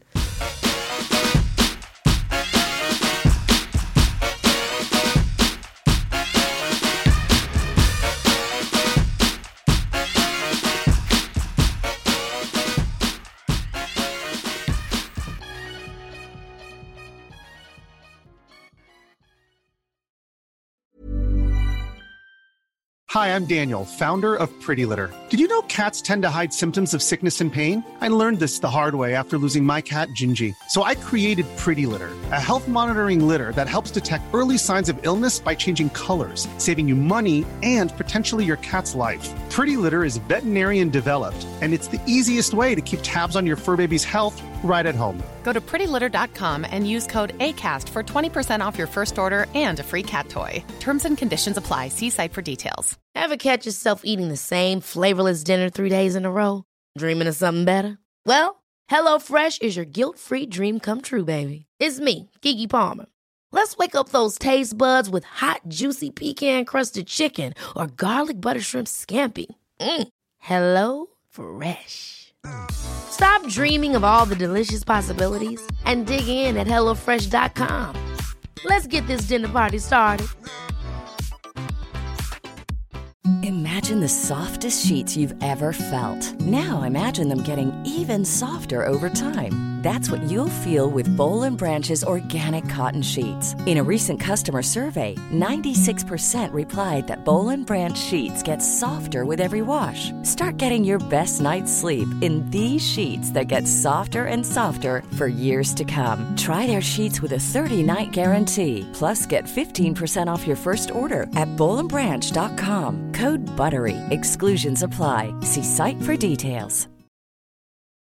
Hi, I'm Daniel, founder of Pretty Litter. Did you know cats tend to hide symptoms of sickness and pain? I learned this the hard way after losing my cat, Gingy. So I created Pretty Litter, a health monitoring litter that helps detect early signs of illness by changing colors, saving you money and potentially your cat's life. Pretty Litter is veterinarian developed, and it's the easiest way to keep tabs on your fur baby's health right at home. Go to pretty litter dot com and use code ACAST for twenty percent off your first order and a free cat toy. Terms and conditions apply. See site for details. Ever catch yourself eating the same flavorless dinner three days in a row? Dreaming of something better? Well, HelloFresh is your guilt-free dream come true, baby. It's me, Keke Palmer. Let's wake up those taste buds with hot, juicy pecan-crusted chicken or garlic butter shrimp scampi. Mm. Hello Fresh. Stop dreaming of all the delicious possibilities and dig in at hello fresh dot com. Let's get this dinner party started. Imagine the softest sheets you've ever felt. Now imagine them getting even softer over time. That's what you'll feel with Bowl and Branch's organic cotton sheets. In a recent customer survey, ninety-six percent replied that Bowl and Branch sheets get softer with every wash. Start getting your best night's sleep in these sheets that get softer and softer for years to come. Try their sheets with a thirty-night guarantee. Plus, get fifteen percent off your first order at bowl and branch dot com. Code BUTTERY. Exclusions apply. See site for details.